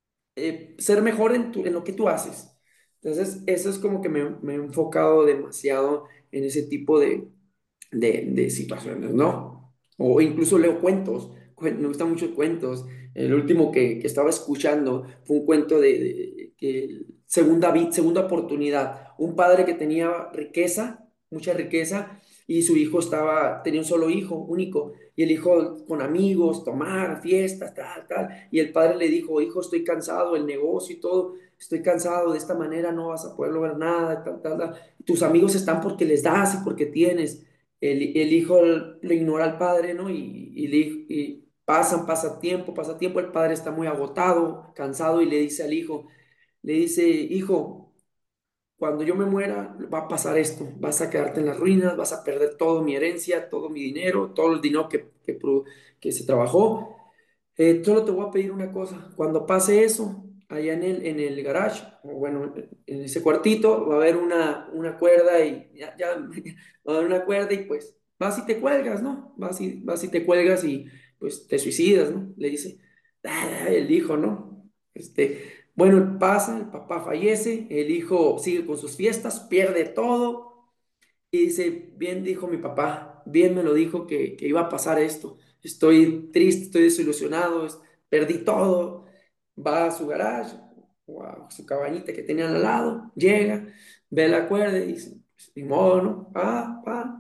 eh, ser mejor en, tu- en lo que tú haces. Entonces, eso es como que me, me he enfocado demasiado en ese tipo de, de, de situaciones, ¿no? O incluso leo cuentos, cuen- me gustan mucho cuentos. El último que, que estaba escuchando fue un cuento de, de- que segunda, vi- segunda oportunidad. Un padre que tenía riqueza, mucha riqueza, y su hijo estaba, tenía un solo hijo, único, y el hijo con amigos, tomar, fiestas, tal, tal, y el padre le dijo, hijo, estoy cansado, el negocio y todo, estoy cansado, de esta manera no vas a poder lograr nada, tal, tal, tal. Tus amigos están porque les das y porque tienes. El, el hijo le ignora al padre, ¿no? Y, y, le- y pasan, pasa tiempo, pasa tiempo, el padre está muy agotado, cansado y le dice al hijo, le dice, hijo, cuando yo me muera va a pasar esto, vas a quedarte en las ruinas, vas a perder toda mi herencia, todo mi dinero, todo el dinero que, que, pro- que se trabajó. Eh, solo te voy a pedir una cosa, cuando pase eso, allá en el, en el garage, o bueno, en ese cuartito, va a haber una, una cuerda y ya, ya, va a haber una cuerda y pues vas y te cuelgas, ¿no? Vas y, vas y te cuelgas y pues te suicidas, ¿no? Le dice, ah, el hijo, ¿no? Este, bueno, pasa, el papá fallece, el hijo sigue con sus fiestas, pierde todo y dice, bien dijo mi papá, bien me lo dijo que, que iba a pasar esto. Estoy triste, estoy desilusionado, es- perdí todo. Va a su garage o a su cabañita que tenían al lado, llega, ve la cuerda y dice, pues, ni modo, ¿no? Pa, pa,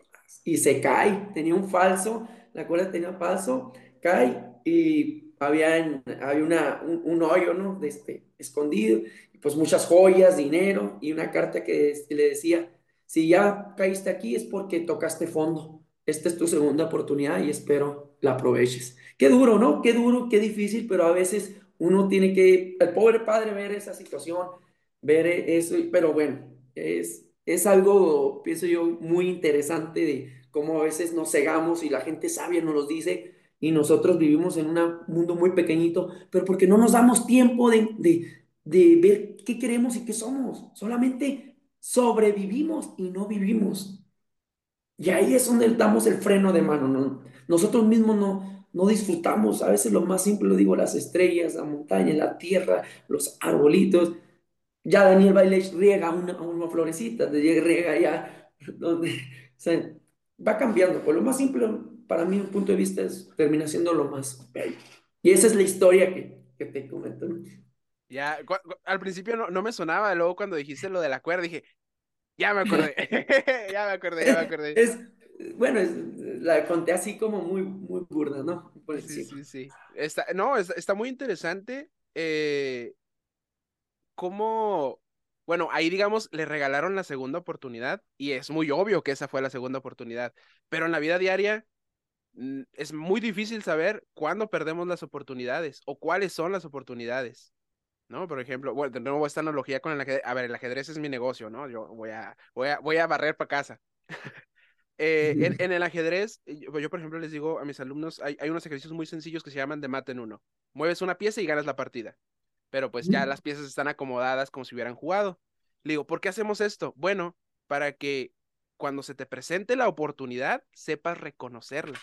y se cae. Tenía un falso, la cuerda tenía falso, cae y había, en- había una, un, un hoyo, ¿no? De este, escondido, y pues muchas joyas, dinero y una carta que, es- que le decía, si ya caíste aquí es porque tocaste fondo. Esta es tu segunda oportunidad y espero la aproveches. Qué duro, ¿no? Qué duro, qué difícil, pero a veces uno tiene que, el pobre padre, ver esa situación, ver eso, pero bueno, es, es algo, pienso yo, muy interesante de cómo a veces nos cegamos y la gente sabia nos los dice y nosotros vivimos en un mundo muy pequeñito, pero porque no nos damos tiempo de, de, de ver qué queremos y qué somos. Solamente sobrevivimos y no vivimos. Y ahí es donde damos el freno de mano, ¿no? Nosotros mismos no, no disfrutamos, a veces lo más simple, lo digo, las estrellas, la montaña, la tierra, los arbolitos. Ya Daniel va y le riega una, una florecita, le riega ya, donde, o sea, va cambiando. Pues lo más simple, para mí, un punto de vista, es, termina siendo lo más bello. Y esa es la historia que, que te comento, ¿no? Ya, cu- cu- al principio no, no me sonaba, luego cuando dijiste lo de la cuerda dije, ya me acordé, ya me acordé, ya me acordé. Es, bueno, es, la conté así como muy, muy burda, ¿no? Por Sí, encima. sí, sí. Está, no, está, está muy interesante. Eh, cómo, bueno, ahí digamos, le regalaron la segunda oportunidad y es muy obvio que esa fue la segunda oportunidad, pero en la vida diaria mm, es muy difícil saber cuándo perdemos las oportunidades o cuáles son las oportunidades, ¿no? Por ejemplo, bueno, de nuevo esta analogía con el ajedrez, a ver, el ajedrez es mi negocio, ¿no? Yo voy a, voy a, voy a barrer para casa. Eh, en, en el ajedrez, eh, yo, yo, por ejemplo les digo a mis alumnos, hay, hay unos ejercicios muy sencillos que se llaman de mate en uno. Mueves una pieza y ganas la partida, pero pues ya las piezas están acomodadas como si hubieran jugado. Le digo, ¿por qué hacemos esto? Bueno, para que cuando se te presente la oportunidad, sepas reconocerla.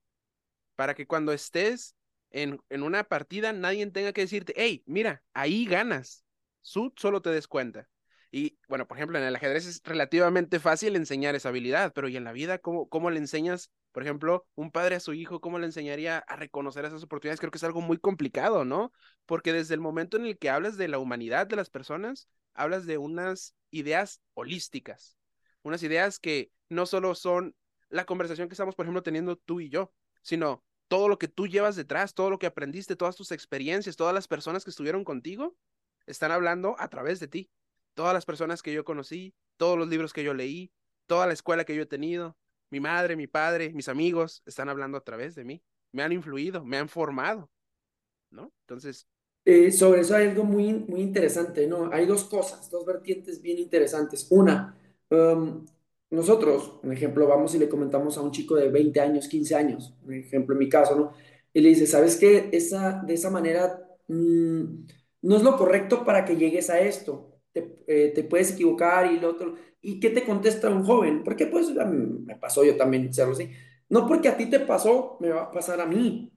Para que cuando estés en, en una partida, nadie tenga que decirte, hey, mira, ahí ganas. Tú solo te des cuenta. Y bueno, por ejemplo, en el ajedrez es relativamente fácil enseñar esa habilidad, pero ¿y en la vida cómo, cómo le enseñas, por ejemplo, un padre a su hijo, cómo le enseñaría a reconocer esas oportunidades? Creo que es algo muy complicado, ¿no? Porque desde el momento en el que hablas de la humanidad de las personas, hablas de unas ideas holísticas, unas ideas que no solo son la conversación que estamos, por ejemplo, teniendo tú y yo, sino todo lo que tú llevas detrás, todo lo que aprendiste, todas tus experiencias, todas las personas que estuvieron contigo, están hablando a través de ti. Todas las personas que yo conocí, todos los libros que yo leí, toda la escuela que yo he tenido, mi madre, mi padre, mis amigos, están hablando a través de mí. Me han influido, me han formado, ¿no? Entonces, Eh, sobre eso hay algo muy, muy interesante, ¿no? Hay dos cosas, dos vertientes bien interesantes. Una, um, nosotros, un ejemplo, vamos y le comentamos a un chico de veinte años, quince años, un ejemplo en mi caso, ¿no? Y le dice, ¿sabes qué? Esa, de esa manera mm, no es lo correcto para que llegues a esto. Te, eh, te puedes equivocar y lo otro. ¿Y qué te contesta un joven? Porque pues a mí me pasó yo también serlo así. No porque a ti te pasó, me va a pasar a mí.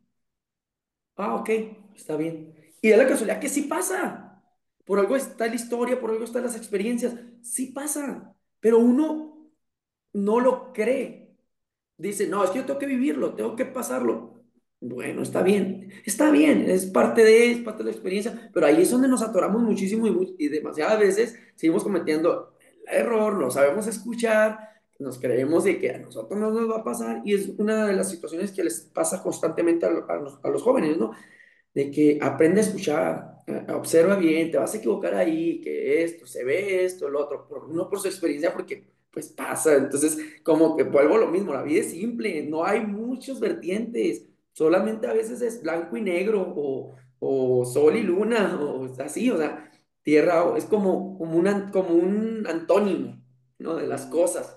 Ah, ok, está bien. Y da la casualidad que sí pasa. Por algo está la historia, por algo están las experiencias. Sí pasa. Pero uno no lo cree. Dice, no, es que yo tengo que vivirlo, tengo que pasarlo. Bueno, está bien, está bien, es parte de, es parte de la experiencia, pero ahí es donde nos atoramos muchísimo y, mu- y demasiadas veces seguimos cometiendo el error, no sabemos escuchar, nos creemos de que a nosotros no nos va a pasar y es una de las situaciones que les pasa constantemente a, a los, a los jóvenes, ¿no? De que aprende a escuchar, eh, observa bien, te vas a equivocar ahí, que esto, se ve esto, lo otro, por, no por su experiencia, porque pues pasa, entonces como que vuelvo a lo mismo, la vida es simple, no hay muchos vertientes, solamente a veces es blanco y negro, o, o sol y luna, o así, o sea, tierra, o- es como, como, una, como un antónimo, ¿no? De las mm, cosas.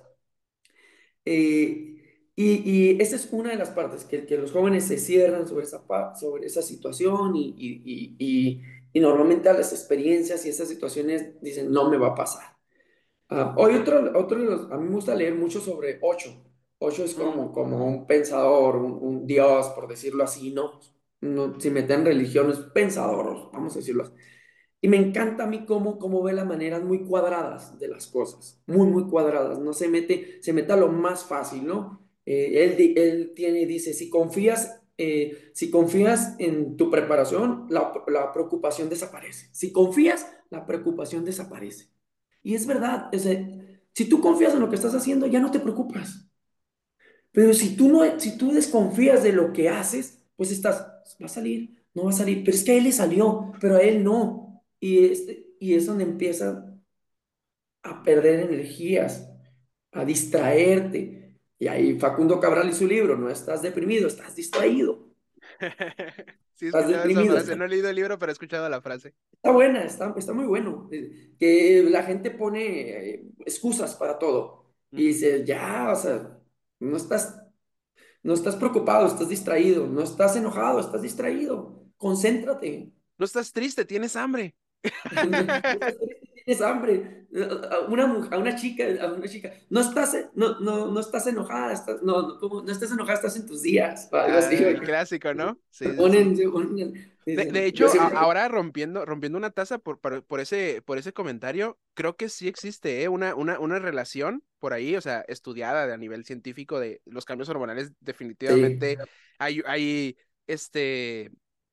Eh, y, y esa es una de las partes, que, que los jóvenes se cierran sobre esa, pa- sobre esa situación y, y, y, y, y normalmente a las experiencias y esas situaciones dicen, no me va a pasar. Ah, hoy otro, otro de los- a mí me gusta leer mucho sobre Ocho. Ocho es mm, como, como un pensador, un, un dios, por decirlo así, ¿no? No, si meten en religión, es pensador, vamos a decirlo así. Y me encanta a mí cómo, cómo ve las maneras muy cuadradas de las cosas, muy, muy cuadradas. No se mete, se mete a lo más fácil, ¿no? Eh, él, di- él tiene, dice, si confías, eh, si confías en tu preparación, la, la preocupación desaparece. Si confías, la preocupación desaparece. Y es verdad, es, eh, si tú confías en lo que estás haciendo, ya no te preocupas. Pero si tú, no, si tú desconfías de lo que haces, pues estás, va a salir, no va a salir, pero es que a él le salió, pero a él no. Y, este, y es donde empieza a perder energías, a distraerte. Y ahí Facundo Cabral y su libro, no estás deprimido, estás distraído, sí, he estás escuchado esa deprimido. frase, Está, no he leído el libro, pero he escuchado la frase. está buena, está, está muy bueno. Eh, Que la gente pone eh, excusas para todo. Y Ujú. dice, ya, o sea, no estás No estás preocupado, estás distraído. No estás enojado, estás distraído. Concéntrate. No estás triste, tienes hambre. No estás triste, tienes hambre. A una, mu- a una chica, a una chica, no estás, no, no, no estás enojada, estás, no, no, ¿cómo? No estás enojada, estás en tus días, o algo así. Ah, Oye. el clásico, ¿no? Se Sí, sí, sí. ponen, se ponen, De, de dicen, yo hecho, a- siempre, ahora rompiendo, rompiendo una taza por, por, por ese, por ese comentario, creo que sí existe, ¿eh? Una, una, una relación por ahí, o sea, estudiada de- a nivel científico de los cambios hormonales, sí. definitivamente hay, hay este,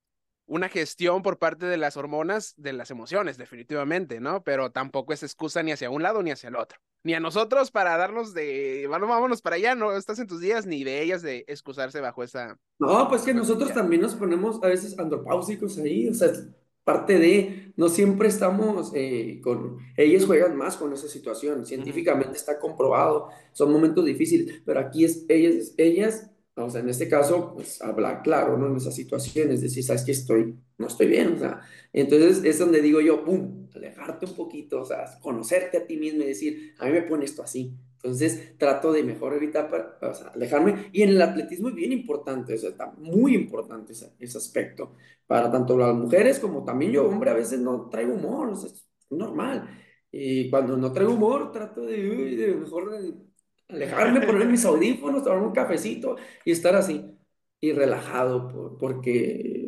una gestión por parte de las hormonas de las emociones, definitivamente, ¿no? Pero tampoco es excusa ni hacia un lado ni hacia el otro. Ni a nosotros para darnos de, bueno, vámonos para allá, no estás en tus días, ni de ellas de excusarse bajo esa, No, pues que bajo esa nosotros idea. también nos ponemos a veces andropáusicos ahí, o sea, es parte de, no siempre estamos eh, con, ellos juegan más con esa situación, Ujú. científicamente está comprobado, son momentos difíciles, pero aquí es ellas, ellas, o sea, en este caso, pues habla claro, ¿no? En esas situaciones, decir, sabes que estoy, no estoy bien, o sea, entonces es donde digo yo, pum, alejarte un poquito, o sea, conocerte a ti mismo y decir, a mí me pone esto así. Entonces trato de mejor evitar, para, o sea, alejarme. Y en el atletismo es bien importante, o sea, está muy importante ese, ese aspecto. Para tanto las mujeres como también yo, hombre, a veces no traigo humor, o sea, es normal. Y cuando no traigo humor, trato de, uy, de mejor de alejarme, poner mis audífonos, tomar un cafecito y estar así. Y relajado, por- porque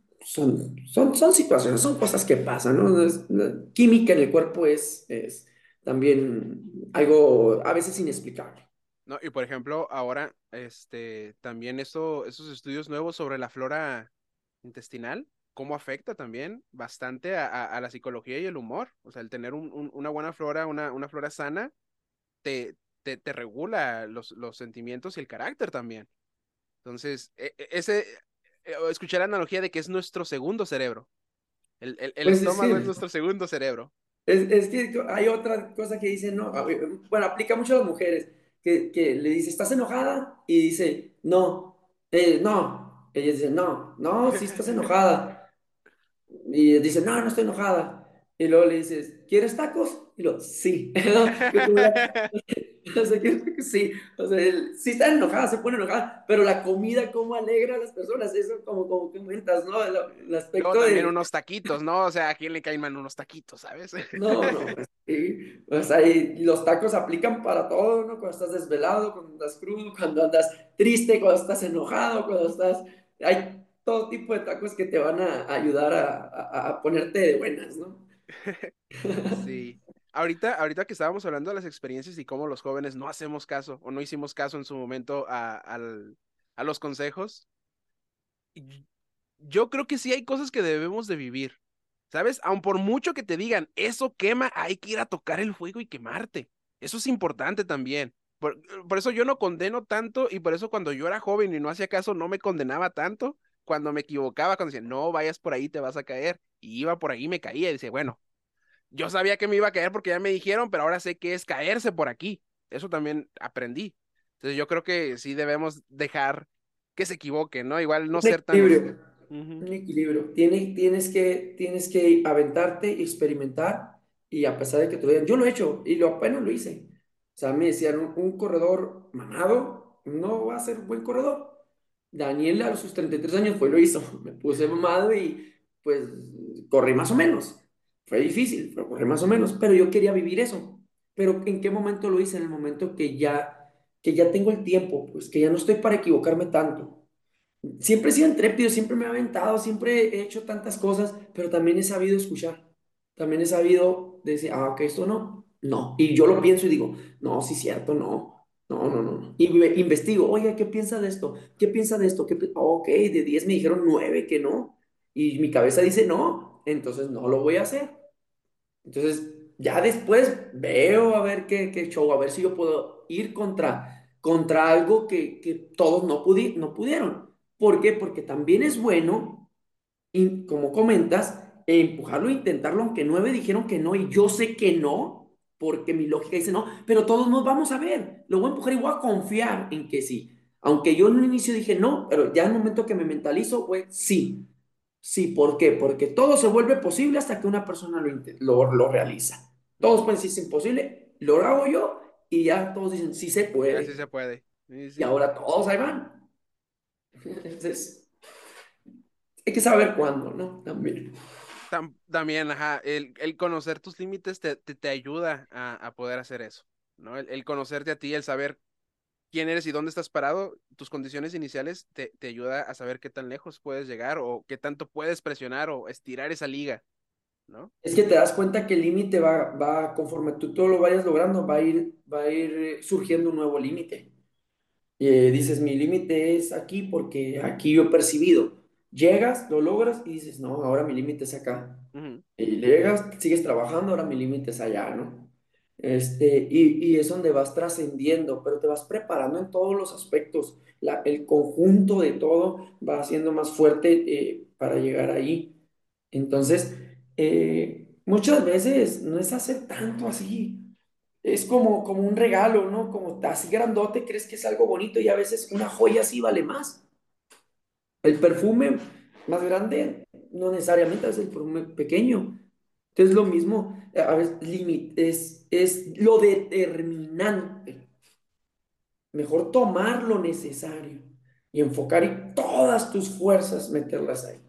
son, son, son situaciones, son cosas que pasan, ¿no? Es- la química en el cuerpo es, es también algo a veces inexplicable. No, y por ejemplo, ahora, este, también eso, esos estudios nuevos sobre la flora intestinal, cómo afecta también bastante a, a- a la psicología y el humor. O sea, el tener un- un- una buena flora, una, una flora sana, te, te, te regula los, los sentimientos y el carácter también. Entonces, e- e- ese, eh, escuché la analogía de que es nuestro segundo cerebro. El, el, el Pues es estómago es que, nuestro segundo cerebro. es, es que hay otra cosa que dicen, no, a ver, bueno, aplica mucho a las mujeres, que, que le dice, ¿estás enojada? Y dice, no, eh, no. Ella dice, no, no, sí estás enojada. Y dice, no, no estoy enojada. Y luego le dices, ¿quieres tacos? Y lo, sí. ¿No? Que como la- o sea, que- que sí, o sea, él- sí está enojada, se pone enojada, pero la comida cómo alegra a las personas, eso como, como que comentas, ¿no? El, el Luego aspecto también de, unos taquitos, ¿no? O sea, ¿a quién le caen mal unos taquitos, sabes? no, no, pues sí, o sea, y los tacos aplican para todo, ¿no? Cuando estás desvelado, cuando andas crudo, cuando andas triste, cuando estás enojado, cuando estás, hay todo tipo de tacos que te van a ayudar a, a, a ponerte de buenas, ¿no? Sí. Ahorita, ahorita que estábamos hablando de las experiencias y cómo los jóvenes no hacemos caso o no hicimos caso en su momento a, al- a los consejos, y yo creo que sí hay cosas que debemos de vivir, ¿sabes? Aun por mucho que te digan, eso quema, hay que ir a tocar el fuego y quemarte. Eso es importante también. Por, por eso yo no condeno tanto y por eso cuando yo era joven y no hacía caso, no me condenaba tanto. Cuando me equivocaba, cuando decía, no vayas por ahí, te vas a caer. Y iba por ahí y me caía y decía, bueno. Yo sabía que me iba a caer porque ya me dijeron, pero ahora sé que es caerse por aquí. Eso también aprendí. Entonces yo creo que sí debemos dejar que se equivoquen, ¿no? Igual no Un ser tan... equilibrio, Ujú. un equilibrio. Tienes, tienes que, tienes que aventarte y experimentar y a pesar de que te lo digan, yo lo he hecho y lo apenas lo hice. O sea, me decían, un, un corredor mamado no va a ser un buen corredor. Daniel a sus treinta y tres años fue, lo hizo. Me puse mamado y pues corrí más o menos. Fue difícil, pero corrí más o menos. Pero yo quería vivir eso. Pero ¿en qué momento lo hice? En el momento que ya, que ya tengo el tiempo, pues que ya no estoy para equivocarme tanto. Siempre he sido intrépido, siempre me he aventado, siempre he hecho tantas cosas, pero también he sabido escuchar. También he sabido decir, ah, ok, esto no, no. Y yo lo pienso y digo, no, sí, cierto, no. No, no, no, no. Y me- investigo, oye, ¿qué piensa de esto? ¿Qué piensa de esto? ¿Qué pi-?" Ok, de diez me dijeron nueve que no. Y mi cabeza dice no, entonces no lo voy a hacer. Entonces, ya después veo a ver qué, qué show, a ver si yo puedo ir contra, contra algo que, que todos no, pudi- no pudieron. ¿Por qué? Porque también es bueno, y como comentas, empujarlo e intentarlo, aunque nueve dijeron que no, y yo sé que no, porque mi lógica dice no, pero todos nos vamos a ver. Lo voy a empujar y voy a confiar en que sí. Aunque yo en un inicio dije no, pero ya en el momento que me mentalizo, pues sí. Sí, ¿por qué? Porque todo se vuelve posible hasta que una persona lo, inte- lo, lo realiza. Todos Ujú. pueden decir es imposible, lo hago yo y ya todos dicen sí se Y así puede. se puede. Sí, Y sí. ahora todos ahí van. Entonces, hay que saber cuándo, ¿no? También. Tam- también, ajá, el, el conocer tus límites te, te, te ayuda a, a poder hacer eso, ¿no? El, el conocerte a ti, el saber quién eres y dónde estás parado, tus condiciones iniciales te, te ayuda a saber qué tan lejos puedes llegar o qué tanto puedes presionar o estirar esa liga, ¿no? Es que te das cuenta que el límite va, va, conforme tú todo lo vayas logrando, va a ir, va a ir eh, surgiendo un nuevo límite. Y eh, dices, mi límite es aquí porque aquí yo he percibido. Llegas, lo logras y dices, no, ahora mi límite es acá. Ujú, Y llegas, sigues trabajando, ahora mi límite es allá, ¿no? Este, y, y es donde vas trascendiendo, pero te vas preparando en todos los aspectos. La- el conjunto de todo va haciendo más fuerte eh, para llegar ahí. Entonces, eh, muchas veces no es hacer tanto así. Es como, como un regalo, ¿no? Como así grandote, crees que es algo bonito y a veces una joya así vale más. El perfume más grande no necesariamente es el perfume pequeño. Entonces lo mismo, a veces límite es, es lo determinante. Mejor tomar lo necesario y enfocar y todas tus fuerzas meterlas ahí.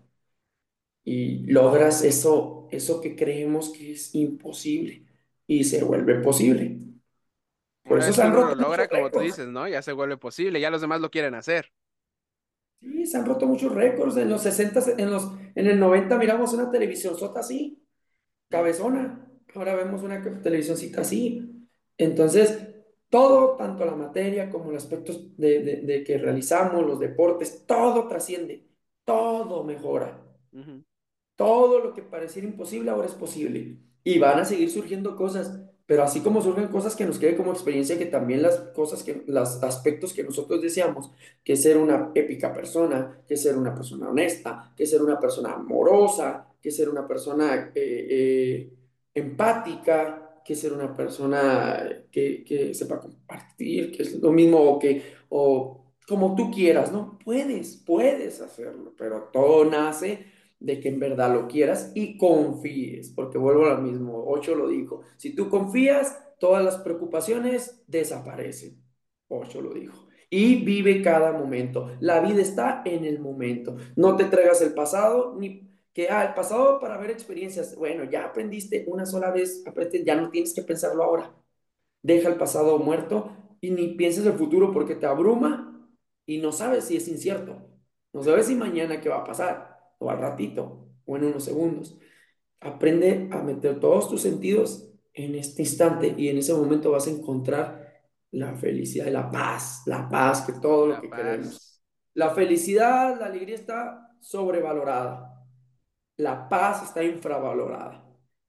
Y logras eso, eso que creemos que es imposible y se vuelve posible. Por una eso vez se que han uno roto lo muchos logra, como tú récords. dices, ¿no? Ya se vuelve posible, ya los demás lo quieren hacer. Sí, se han roto muchos récords. En los sesenta, en los, en el noventa miramos una televisión sota así, Mm, cabezona. Ahora vemos una televisioncita así. Entonces, todo, tanto la materia como los aspectos de, de, de que realizamos, los deportes, todo trasciende, todo mejora. ujú, Todo lo que pareciera imposible ahora es posible. Y van a seguir surgiendo cosas, pero así como surgen cosas que nos quede como experiencia, que también las cosas que, los aspectos que nosotros deseamos, que ser una épica persona, que ser una persona honesta, que ser una persona amorosa, que ser una persona eh, eh, empática, que ser una persona que, que sepa compartir, que es lo mismo o que, o como tú quieras, ¿no? Puedes, puedes hacerlo, pero todo nace de que en verdad lo quieras y confíes, porque vuelvo a lo mismo, Ocho lo dijo, si tú confías, todas las preocupaciones desaparecen, Ocho lo dijo. Y vive cada momento. La vida está en el momento. No te traigas el pasado, ni que, ah, el pasado para ver experiencias. Bueno, ya aprendiste una sola vez, aprendiste, ya no tienes que pensarlo ahora. Deja el pasado muerto y ni pienses el futuro porque te abruma y no sabes si es incierto. No sabes si mañana qué va a pasar, o al ratito, o en unos segundos. Aprende a meter todos tus sentidos en este instante y en ese momento vas a encontrar la felicidad y la paz, la paz que todo lo la que queremos. paz. La felicidad, la alegría está sobrevalorada. La paz está infravalorada.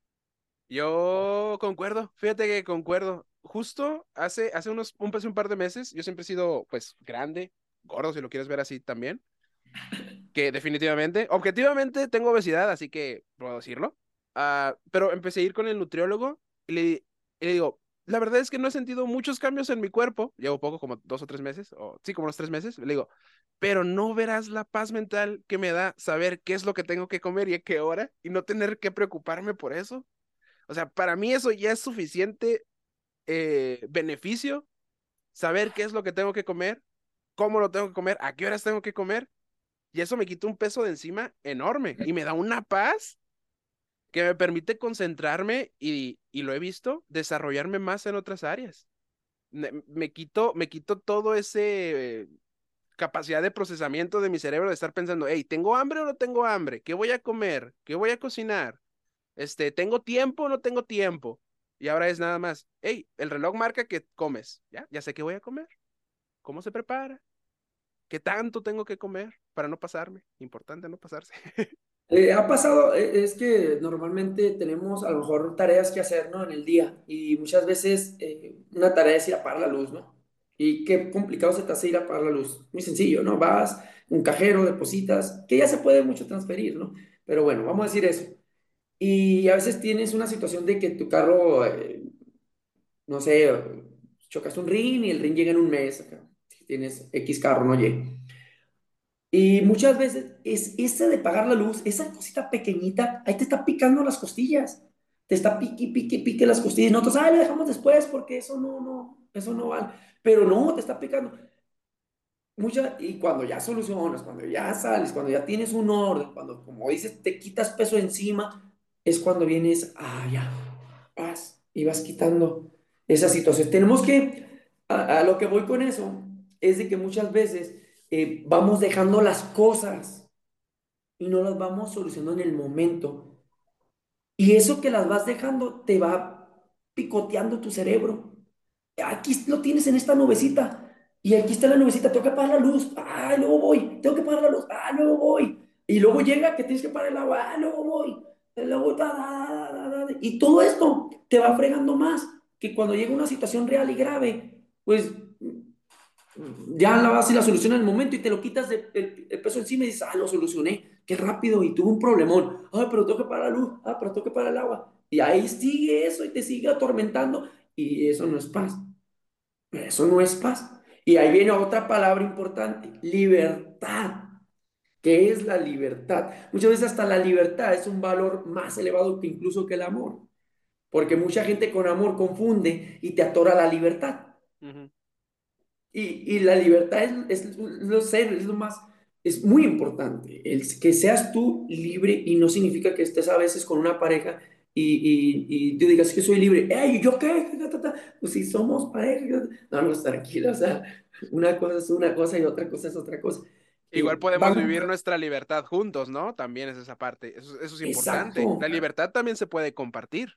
Yo concuerdo, fíjate que concuerdo. Justo hace, hace unos, un, pues, un par de meses, yo siempre he sido, pues, grande, gordo, si lo quieres ver así también, que definitivamente, objetivamente tengo obesidad, así que puedo decirlo. Ah, pero empecé a ir con el nutriólogo y le, y le digo, la verdad es que no he sentido muchos cambios en mi cuerpo, llevo poco, como dos o tres meses, o sí, como unos tres meses, le digo, pero no verás la paz mental que me da saber qué es lo que tengo que comer y a qué hora y no tener que preocuparme por eso. O sea, para mí eso ya es suficiente eh, beneficio, saber qué es lo que tengo que comer, cómo lo tengo que comer, a qué horas tengo que comer, y eso me quita un peso de encima enorme y me da una paz que me permite concentrarme y, y lo he visto, desarrollarme más en otras áreas. Me, me quito, me quito todo ese eh, capacidad de procesamiento de mi cerebro de estar pensando, hey, ¿tengo hambre o no tengo hambre? ¿Qué voy a comer? ¿Qué voy a cocinar? Este, ¿tengo tiempo o no tengo tiempo? Y ahora es nada más, hey, el reloj marca que comes, ya, ya sé qué voy a comer, cómo se prepara, qué tanto tengo que comer para no pasarme, importante no pasarse. Eh, ha pasado, eh, es que normalmente tenemos a lo mejor tareas que hacer, ¿no? En el día y muchas veces eh, una tarea es ir a apagar la luz, ¿no? Y qué complicado se te hace ir a apagar la luz. Muy sencillo, ¿no? Vas, un cajero, depositas, que ya se puede mucho transferir, ¿no? Pero bueno, vamos a decir eso. Y a veces tienes una situación de que tu carro, eh, no sé, chocas un rin y el rin llega en un mes. Acá. Si tienes X carro, no llega. Y muchas veces es ese de pagar la luz, esa cosita pequeñita, ahí te está picando las costillas. Te está pique, pique, pique las costillas. Nosotros, ah, le dejamos después porque eso no, no, eso no vale. Pero no, te está picando. mucha, y cuando ya solucionas, cuando ya sales, cuando ya tienes un orden, cuando, como dices, te quitas peso encima, es cuando vienes, ah, ya, vas, y vas quitando esa situación. Tenemos que, a, a lo que voy con eso, es de que muchas veces eh, vamos dejando las cosas y no las vamos solucionando en el momento. Y eso que las vas dejando te va picoteando tu cerebro. Aquí lo tienes en esta nubecita. Y aquí está la nubecita, tengo que apagar la luz. Ah, luego voy. Tengo que apagar la luz. Ah, luego voy. Y luego llega que tienes que apagar el agua. Ah, luego voy. Y luego, ta, da, da, da, da. Y todo esto te va fregando más que cuando llega una situación real y grave, pues ya la vas y la solucionas en el momento y te lo quitas de- el, el peso encima y dices, ah, lo solucioné, qué rápido y tuve un problemón. Ah, pero tengo que parar la luz, ah, pero tengo que parar el agua. Y ahí sigue eso y te sigue atormentando y eso no es paz, eso no es paz. Y ahí viene otra palabra importante, libertad. ¿Qué es la libertad? Muchas veces hasta la libertad es un valor más elevado que incluso que el amor, porque mucha gente con amor confunde y te atora la libertad. Ujú. Y, y la libertad es, es lo ser, es lo más, es muy importante. El que seas tú libre y no significa que estés a veces con una pareja y, y, y tú digas que soy libre. ¡Ey, yo qué! Pues si somos pareja. No, no, tranquila. O sea, una cosa es una cosa y otra cosa es otra cosa. Igual Eh, podemos vamos, vivir nuestra libertad juntos, ¿no? También es esa parte. Eso, eso es importante. exacto. La libertad también se puede compartir.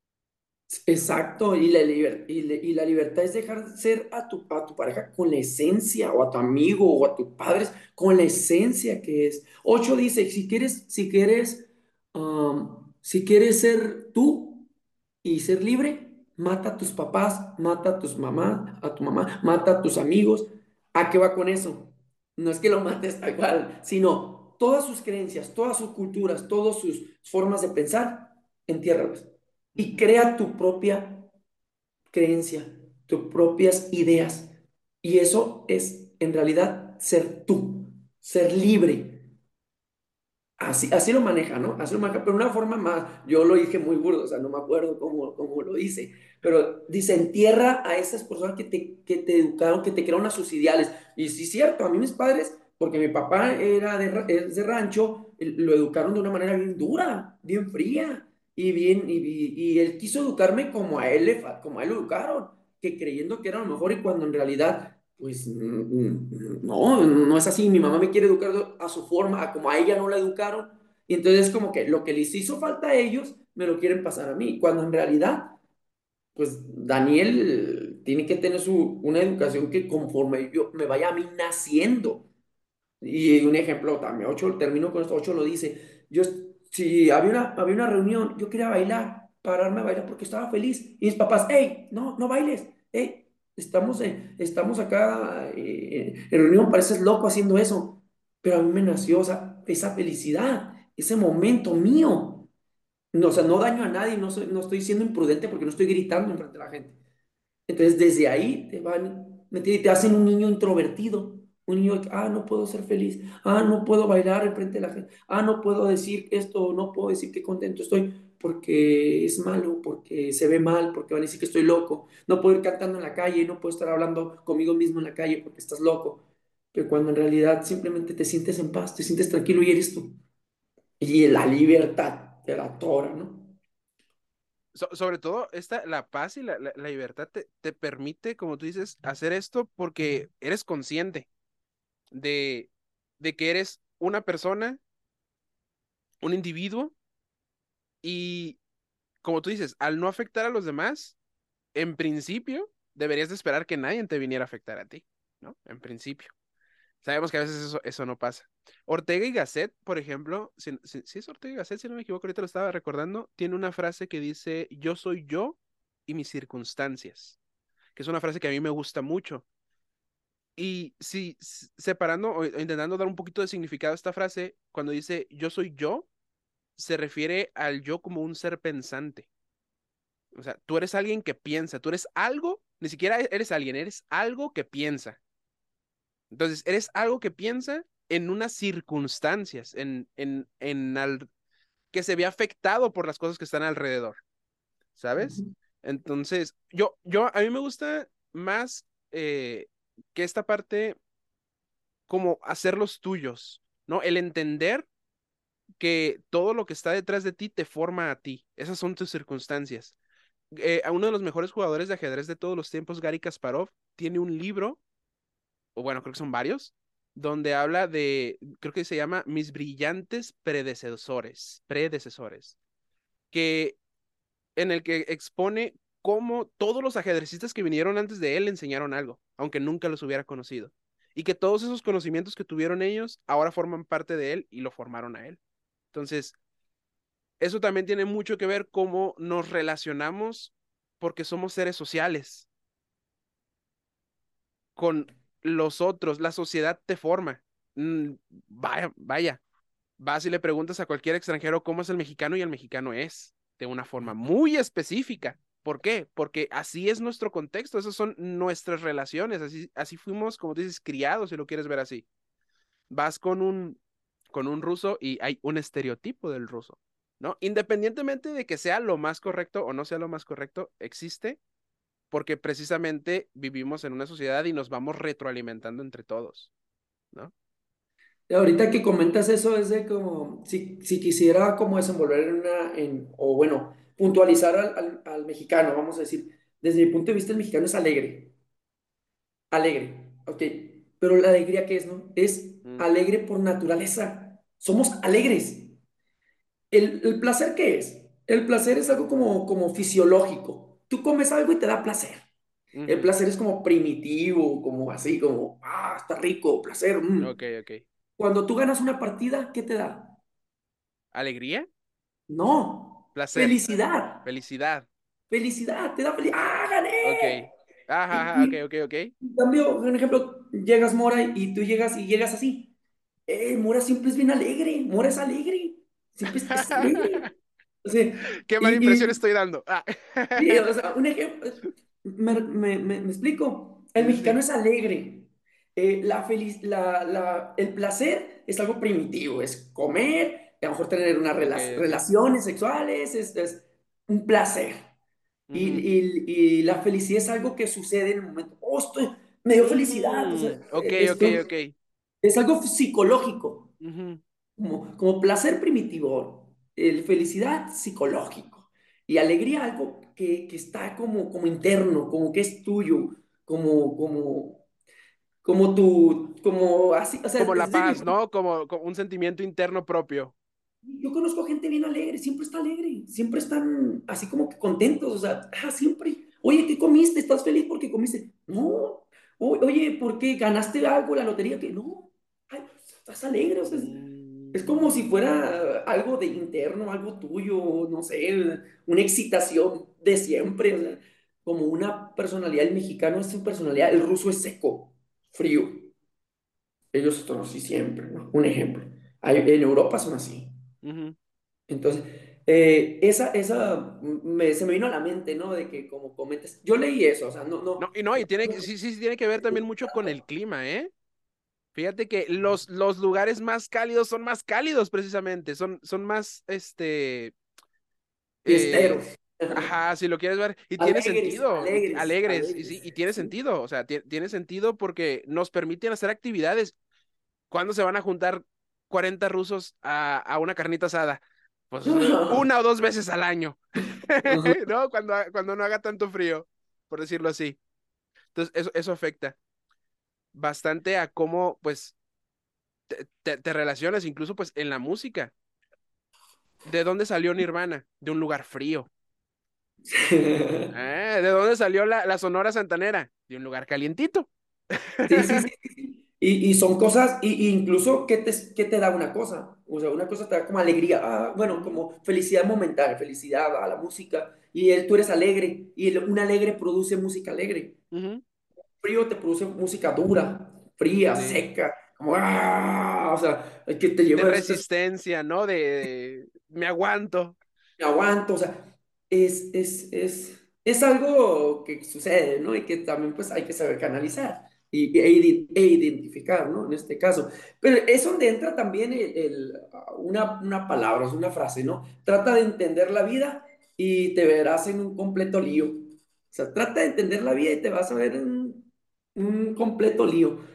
Exacto, y la, liber- y, le- y la libertad es dejar ser a tu, a tu pareja con la esencia, o a tu amigo, o a tus padres, con la esencia que es. Ocho dice, si quieres, si quieres, um, si quieres ser tú y ser libre, mata a tus papás, mata a tus mamás, a tu mamá, mata a tus amigos. ¿A qué va con eso? No es que lo mates tal cual, sino todas sus creencias, todas sus culturas, todas sus formas de pensar, entiérralas y Ujú. crea tu propia creencia, tus propias ideas. Y eso es en realidad ser tú, ser libre. Así, así lo maneja, ¿no? Así lo maneja, pero de una forma más, yo lo dije muy burdo, o sea, no me acuerdo cómo, cómo lo hice, pero dice, entierra a esas personas que te, que te educaron, que te crearon a sus ideales. Y sí es cierto, a mí mis padres, porque mi papá era de, ra- es de rancho, él- lo educaron de una manera bien dura, bien fría, y bien, y, y- y él quiso educarme como a él, le fa- como a él lo educaron, que creyendo que era lo mejor y cuando en realidad pues mm, mm, no, no es así. Mi mamá me quiere educar a su forma, a como a ella no la educaron. Y entonces como que lo que les hizo falta a ellos, me lo quieren pasar a mí. Cuando en realidad, pues Daniel tiene que tener su, una educación que conforme yo me vaya a mí naciendo. Y un ejemplo también, Ocho, termino con esto, Ocho lo dice, yo, si había una, había una reunión, yo quería bailar, pararme a bailar porque estaba feliz. Y mis papás, hey, no, no bailes, hey, estamos, eh, estamos acá eh, en reunión, pareces loco haciendo eso. Pero a mí me nació, o sea, esa felicidad, ese momento mío. No, o sea, no daño a nadie, no, soy, no estoy siendo imprudente porque no estoy gritando enfrente de la gente. Entonces, desde ahí te van metiendo y te hacen un niño introvertido. Un niño que, ah, no puedo ser feliz. Ah, no puedo bailar enfrente de la gente. Ah, no puedo decir esto, no puedo decir que contento estoy porque es malo, porque se ve mal, porque van a decir que estoy loco. No puedo ir cantando en la calle, no puedo estar hablando conmigo mismo en la calle porque estás loco. Pero cuando en realidad simplemente te sientes en paz, te sientes tranquilo y eres tú. Y la libertad te la tora, ¿no? So- sobre todo, esta, la paz y la, la- la libertad te, te permite, como tú dices, hacer esto porque eres consciente de, de que eres una persona, un individuo, y como tú dices, al no afectar a los demás, en principio, deberías de esperar que nadie te viniera a afectar a ti, ¿no? En principio. Sabemos que a veces eso, eso no pasa. Ortega y Gasset, por ejemplo, si, si- si es Ortega y Gasset, si no me equivoco, ahorita lo estaba recordando, tiene una frase que dice, yo soy yo y mis circunstancias, que es una frase que a mí me gusta mucho. Y si s- separando o intentando dar un poquito de significado a esta frase, cuando dice yo soy yo, se refiere al yo como un ser pensante. O sea, tú eres alguien que piensa, tú eres algo, ni siquiera eres alguien, eres algo que piensa. Entonces, eres algo que piensa en unas circunstancias, en, en, en al- que se ve afectado por las cosas que están alrededor, ¿sabes? Entonces, yo, yo, a mí me gusta más eh, que esta parte. como hacerlos tuyos, ¿no? El entender que todo lo que está detrás de ti te forma a ti. Esas son tus circunstancias. Eh, a uno de los mejores jugadores de ajedrez de todos los tiempos, Gary Kasparov, tiene un libro, o bueno, creo que son varios, donde habla de, creo que se llama Mis brillantes predecesores, predecesores, que en el que expone cómo todos los ajedrecistas que vinieron antes de él le enseñaron algo, aunque nunca los hubiera conocido. Y que todos esos conocimientos que tuvieron ellos ahora forman parte de él y lo formaron a él. Entonces, eso también tiene mucho que ver cómo nos relacionamos porque somos seres sociales con los otros. La sociedad te forma. Mm, vaya, vaya. Vas y le preguntas a cualquier extranjero cómo es el mexicano y el mexicano es de una forma muy específica. ¿Por qué? Porque así es nuestro contexto, esas son nuestras relaciones, así, así fuimos, como dices, criados, si lo quieres ver así. Vas con un, con un ruso y hay un estereotipo del ruso, ¿no? Independientemente de que sea lo más correcto o no sea lo más correcto, existe porque precisamente vivimos en una sociedad y nos vamos retroalimentando entre todos, ¿no? Ahorita que comentas eso es de como, si, si quisiera como desenvolver en una, en, o bueno, puntualizar al, al, al mexicano, vamos a decir, desde mi punto de vista el mexicano es alegre, alegre, ok, pero la alegría ¿qué es, no? Es Mm, alegre por naturaleza, somos alegres. ¿El, el placer qué es? El placer es algo como, como fisiológico, tú comes algo y te da placer. El ujú. placer es como primitivo, como así, como, ah, está rico, placer. Ok, mm. ok. Cuando tú ganas una partida, ¿qué te da? ¿Alegría? No, Placer, felicidad, felicidad. felicidad, te da felicidad. ¡Ah, Ok. gané! Ajá, Y, ajá, ok, y ok, ok. en cambio, por ejemplo, llegas Mora y tú llegas y llegas así. Eh, Mora siempre es bien alegre, Mora es alegre, siempre es, es alegre. O sea, Qué mala y, impresión y estoy dando. Ah. sí, o sea, un ejemplo, me, me, me, me explico, el Sí, sí, mexicano sí. es alegre. Eh, la feliz, la, la, el placer es algo primitivo, es comer, a lo mejor tener unas Ok, rela- ok. relaciones sexuales, es, es un placer. Y, Ujú. y, y la felicidad es algo que sucede en el momento, oh, estoy, me dio felicidad, o sea, Ujú. Ok, es, ok, ok. es algo psicológico, Ujú. como, como placer primitivo, el felicidad psicológico y alegría algo que, que está como, como interno, como que es tuyo, como, como, como tu, como así, o sea, Como la desde mi paz, ¿no? Como, como un sentimiento interno propio. yo conozco gente bien alegre, siempre está alegre, siempre están así como que contentos, o sea, ah, siempre, oye, ¿qué comiste? ¿Estás feliz porque comiste? No, o- oye, ¿por qué ganaste algo, la lotería? Que no, ay, pues, estás alegre, o sea, es, es como si Mm. fuera algo de interno, algo tuyo, no sé, una excitación de siempre, o sea, como una personalidad, el mexicano es su personalidad, el ruso es seco, frío, ellos son así siempre, ¿no? Un ejemplo. Hay- en Europa son así. Ujú. Entonces, eh, esa, esa me- se me vino a la mente, ¿no? De que como comentas, yo leí eso, o sea, no, No, no, y no, y tiene, que- sí, sí, sí tiene que ver también mucho con el clima, ¿eh? Fíjate que los, los lugares más cálidos son más cálidos precisamente, son, son más, este, eh, fiesteros, ajá, si lo quieres ver, y tiene alegres, sentido, y ti- alegres, alegres, y sí, alegres, y tiene sí. sentido, o sea, ti- tiene sentido porque nos permiten hacer actividades. ¿Cuándo se van a juntar cuarenta rusos a, a una carnita asada? Pues una o dos veces al año, Ajá. ¿no? Cuando, ha- cuando no haga tanto frío, por decirlo así. Entonces, eso, eso afecta bastante a cómo, pues, te, te- te relacionas, incluso, pues, en la música. ¿De dónde salió Nirvana? De un lugar frío. Ah, ¿de dónde salió la, la Sonora Santanera? De un lugar calientito. Sí, sí, sí, sí, sí. Y, y son cosas, y, y incluso, ¿qué te, qué te da una cosa? O sea, una cosa te da como alegría, ah, bueno, Ujú, como felicidad momentánea, felicidad a la música, y él, tú eres alegre, y el- un alegre produce música alegre. ujú. Frío te produce música dura, fría, Sí. seca, como, ah, o sea, que te De lleva, es, es- resistencia, ¿no? De, de- me aguanto. me aguanto, o sea, es, es, es, es algo que sucede, ¿no? Y que también pues hay que saber canalizar y, e, ide- e identificar, ¿no? En este caso. Pero es donde entra también el, el, una, una palabra, es una frase, ¿no? Trata de entender la vida y te verás en un completo lío. O sea, trata de entender la vida y te vas a ver en un completo lío.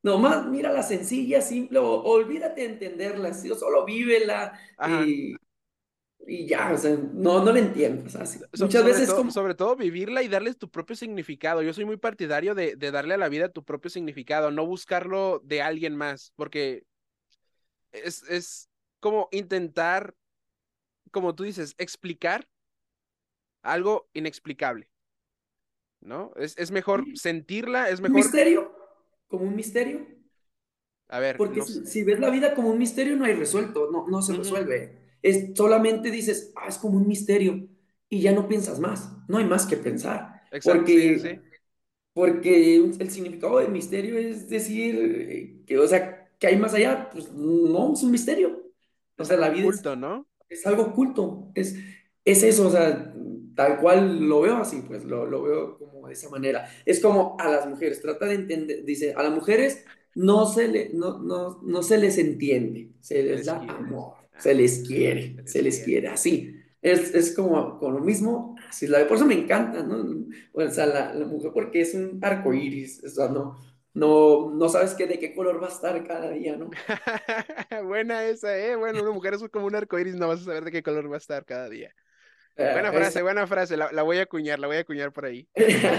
Nomás mira la sencilla, simple, o, olvídate de entenderla, ¿sí? O solo vívela Ajá. y, y ya, o sea, no, no le entiendas, así. So- Muchas sobre veces todo, como, sobre todo vivirla y darles tu propio significado. Yo soy muy partidario de, de darle a la vida tu propio significado, no buscarlo de alguien más, porque es, es como intentar, como tú dices, explicar algo inexplicable, ¿no? Es, es mejor sentirla, es un mejor, misterio, como un misterio. a ver, Porque no sé. si, si ves la vida como un misterio, no hay resuelto, no, no se Ujú, resuelve. Es, solamente dices, ah, es como un misterio y ya no piensas más, no hay más que pensar. exacto, sí, sí, Porque, sí. porque el significado del misterio es decir, eh, que, o sea, que hay más allá, pues no, es un misterio. O Es sea, algo la vida es oculto, ¿no? es algo oculto, es, es eso, o sea, tal cual lo veo así, pues lo, lo veo como de esa manera. Es como a las mujeres, trata de entender, dice, a las mujeres no se, le, no, no, no se les entiende, se Se les les da quiere. amor, se les Ah, quiere, se les se les quiere. quiere, así. Es, es como con lo mismo, así, la, por eso me encanta, ¿no? O sea, la, la mujer porque es un arco iris, o sea, no, no, no sabes qué, de qué color va a estar cada día, ¿no? Buena esa, ¿eh? Bueno, una mujer es como un arco iris, no vas a saber de qué color va a estar cada día. Eh, Buena es- frase, buena frase, la, la voy a acuñar, la voy a acuñar por ahí.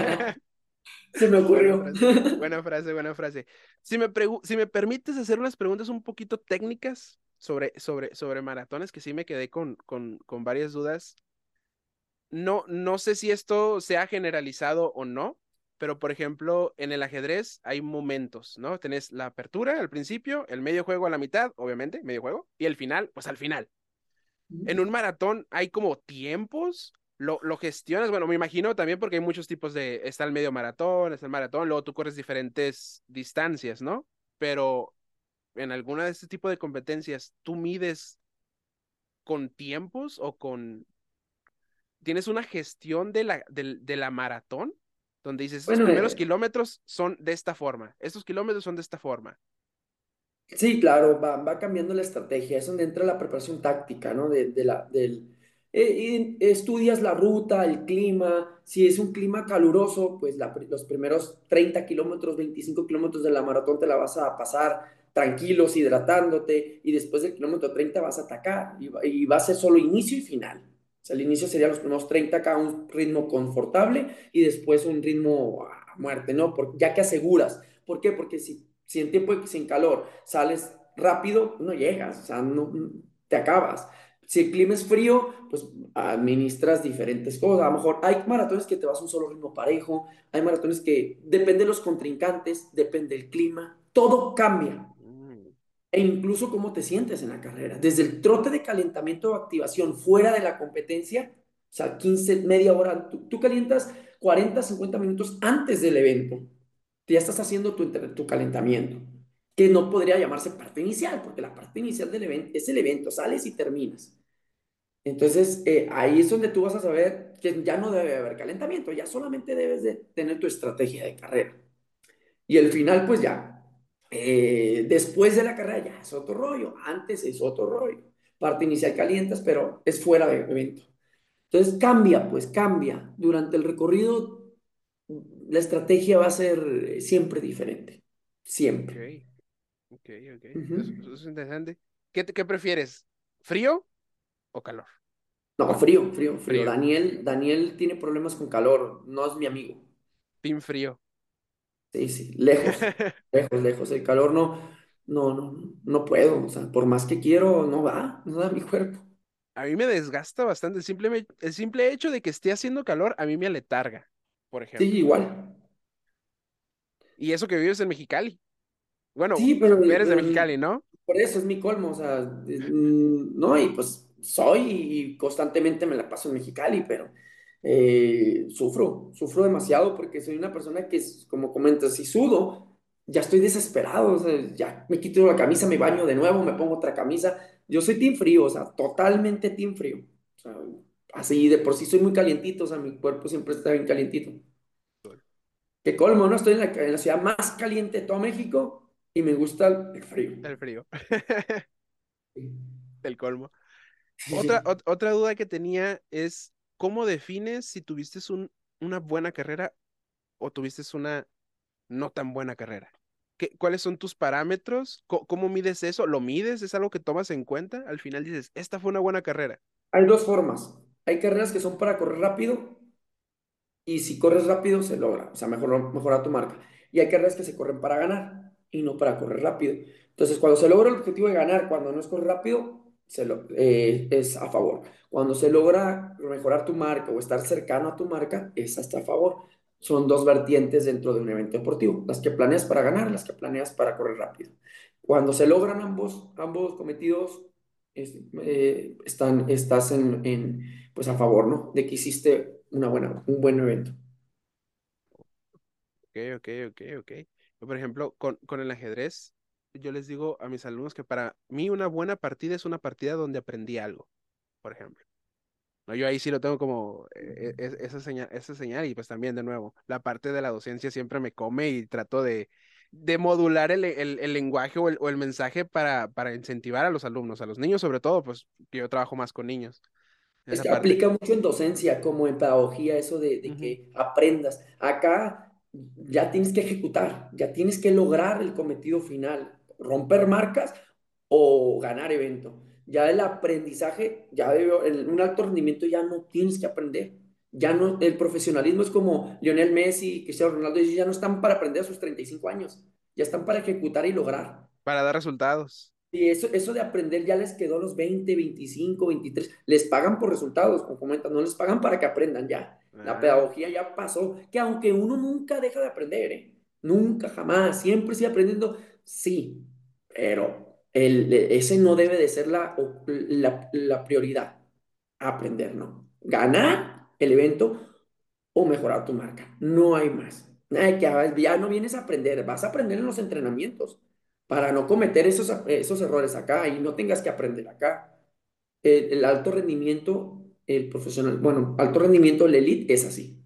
se me Buena ocurrió. frase, buena frase, buena frase. Si me, pregu- si me permites hacer unas preguntas un poquito técnicas sobre, sobre, sobre maratones, que sí me quedé con, con, con varias dudas. No, no sé si esto se ha generalizado o no, pero por ejemplo, en el ajedrez hay momentos, ¿no? Tenés la apertura al principio, el medio juego a la mitad, obviamente, medio juego, y el final, pues al final. En un maratón hay como tiempos, lo, lo gestionas, bueno, me imagino también porque hay muchos tipos de, está el medio maratón, está el maratón, luego tú corres diferentes distancias, ¿no? Pero en alguna de este tipo de competencias, ¿tú mides con tiempos o con tienes una gestión de la, del- de, la maratón, donde dices, estos Bueno, primeros eh, kilómetros son de esta forma, estos kilómetros son de esta forma. sí, claro, va, va cambiando la estrategia, es donde entra la preparación táctica, ¿no? De, de la, del, eh, y estudias la ruta, el clima, si es un clima caluroso, pues la los primeros treinta kilómetros, veinticinco kilómetros de la maratón te la vas a pasar tranquilos, hidratándote, y después del kilómetro treinta vas a atacar, y, va- y va a ser solo inicio y final. O sea, el inicio sería los primeros treinta acá, un ritmo confortable, y después un ritmo a muerte, ¿no? Por- ya que aseguras. ¿Por qué? Porque si si en tiempo sin calor sales rápido, no llegas, o sea, no, te acabas. Si el clima es frío, pues administras diferentes cosas. A lo mejor hay maratones que te vas a un solo ritmo parejo, hay maratones que depende de los contrincantes, depende del clima, todo cambia. Mm, E incluso cómo te sientes en la carrera. Desde el trote de calentamiento o activación fuera de la competencia, o sea, quince media hora, tú, tú calientas cuarenta cincuenta minutos antes del evento. Ya estás haciendo tu, tu calentamiento, que no podría llamarse parte inicial, porque la parte inicial del evento es el evento, sales y terminas. Entonces, eh, ahí es donde tú vas a saber que ya no debe haber calentamiento, ya solamente debes de tener tu estrategia de carrera. Y el final, pues ya, eh, después de la carrera ya es otro rollo, antes es otro rollo. Parte inicial calientas, pero es fuera de evento. Entonces cambia, pues cambia. Durante el recorrido, la estrategia va a ser eh, siempre diferente, ok, siempre. ok, ok. Ujú. Eso, eso es interesante. ¿Qué, te- qué prefieres? ¿Frío o calor? No, frío, frío, frío. Frío. Daniel, Daniel tiene problemas con calor, no es mi amigo. Team frío. Sí, sí, lejos, lejos, lejos. El calor no, no, no, no puedo. O sea, por más que quiero, no va, no da mi cuerpo. A mí me desgasta bastante. El simple, el simple hecho de que esté haciendo calor, a mí me aletarga, por Sí, ejemplo. igual. Y eso que vives en Mexicali. Bueno, Sí, pero, eres de pero Mexicali, ¿no? por eso es mi colmo, o sea, de- mm, no, y pues soy y constantemente me la paso en Mexicali, pero eh, sufro, sufro demasiado porque soy una persona que, es, como comentas, si sudo, ya estoy desesperado, o sea, ya me quito la camisa, me baño de nuevo, me pongo otra camisa. Yo soy team frío, o sea, totalmente team frío. O sea, así de por sí soy muy calientito, o sea, mi cuerpo siempre está bien calientito. Qué colmo, ¿no? Estoy en la, en la ciudad más caliente de todo México y me gusta el frío. El frío. Sí, El colmo. sí, Otra, sí. ot- otra duda que tenía es, ¿cómo defines si tuviste un, una buena carrera o tuviste una no tan buena carrera? ¿Qué, cuáles son tus parámetros? Co- ¿Cómo mides eso? ¿Lo mides? ¿Es algo que tomas en cuenta? Al final dices, esta fue una buena carrera. Hay dos formas. Hay carreras que son para correr rápido y si corres rápido se logra, o sea, mejor, mejora tu marca. Y hay carreras que se corren para ganar y no para correr rápido. Entonces, cuando se logra el objetivo de ganar, cuando no es correr rápido, se lo, eh, es a favor. Cuando se logra mejorar tu marca o estar cercano a tu marca, es hasta a favor. Son dos vertientes dentro de un evento deportivo, las que planeas para ganar, las que planeas para correr rápido. Cuando se logran ambos, ambos cometidos, es- eh, están, estás en, en, pues a favor, ¿no? De que hiciste una buena, un buen evento. Ok, ok, ok, ok. Yo, por ejemplo, con, con el ajedrez, yo les digo a mis alumnos que para mí una buena partida es una partida donde aprendí algo, por ejemplo. No, yo ahí sí lo tengo como eh, e- e- esa señal, esa señal y pues también de nuevo, la parte de la docencia siempre me come y trato de, de modular el, el- el lenguaje o el, o el mensaje para, para incentivar a los alumnos, a los niños sobre todo, pues que yo trabajo más con niños, en esa Este, parte. aplica mucho en docencia, como en pedagogía, eso de, de Ujú. que aprendas. Acá ya tienes que ejecutar, ya tienes que lograr el cometido final, romper marcas o ganar evento. Ya el aprendizaje, ya de en un alto rendimiento ya no tienes que aprender. Ya no, el profesionalismo es como Lionel Messi, Cristiano Ronaldo, ellos ya no están para aprender a sus treinta y cinco años, ya están para ejecutar y lograr. Para dar resultados. Y eso, eso de aprender ya les quedó a los veinte, veinticinco, veintitrés. Les pagan por resultados, como comentan, no les pagan para que aprendan ya. La Ah, pedagogía ya pasó, que aunque uno nunca deja de aprender, ¿eh? Nunca, jamás, siempre sigue aprendiendo, sí, pero el, ese no debe de ser la, la, la prioridad, aprender, ¿no? Ganar el evento o mejorar tu marca. No hay más. Nada de que ah, ya no vienes a aprender, vas a aprender en los entrenamientos para no cometer esos, esos errores acá y no tengas que aprender acá. El, el alto rendimiento, el profesional, bueno, alto rendimiento, el elite es así.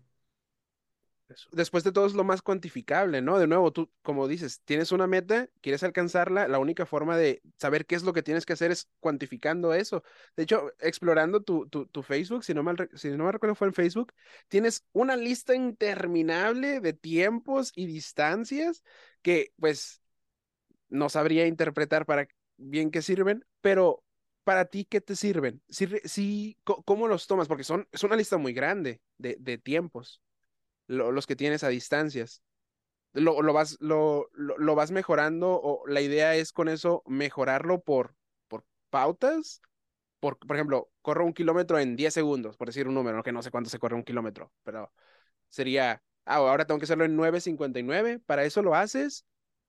eso. Después de todo es lo más cuantificable, ¿no? De nuevo, tú, como dices, tienes una meta, quieres alcanzarla, la única forma de saber qué es lo que tienes que hacer es cuantificando eso. De hecho, explorando tu, tu, tu Facebook, si no mal, re- si no me recuerdo fue en Facebook, tienes una lista interminable de tiempos y distancias que, pues, no sabría interpretar para bien qué sirven, pero para ti, ¿qué te sirven? Sí, re- sí, co- ¿cómo los tomas? Porque son, es una lista muy grande de, de tiempos, lo- los que tienes a distancias. Lo, lo vas, lo, lo, lo vas mejorando o la idea es con eso mejorarlo por, por pautas. Por, por ejemplo, corro un kilómetro en diez segundos, por decir un número, que no sé cuánto se corre un kilómetro, pero sería, ah, ahora tengo que hacerlo en nueve cincuenta y nueve. ¿Para eso lo haces?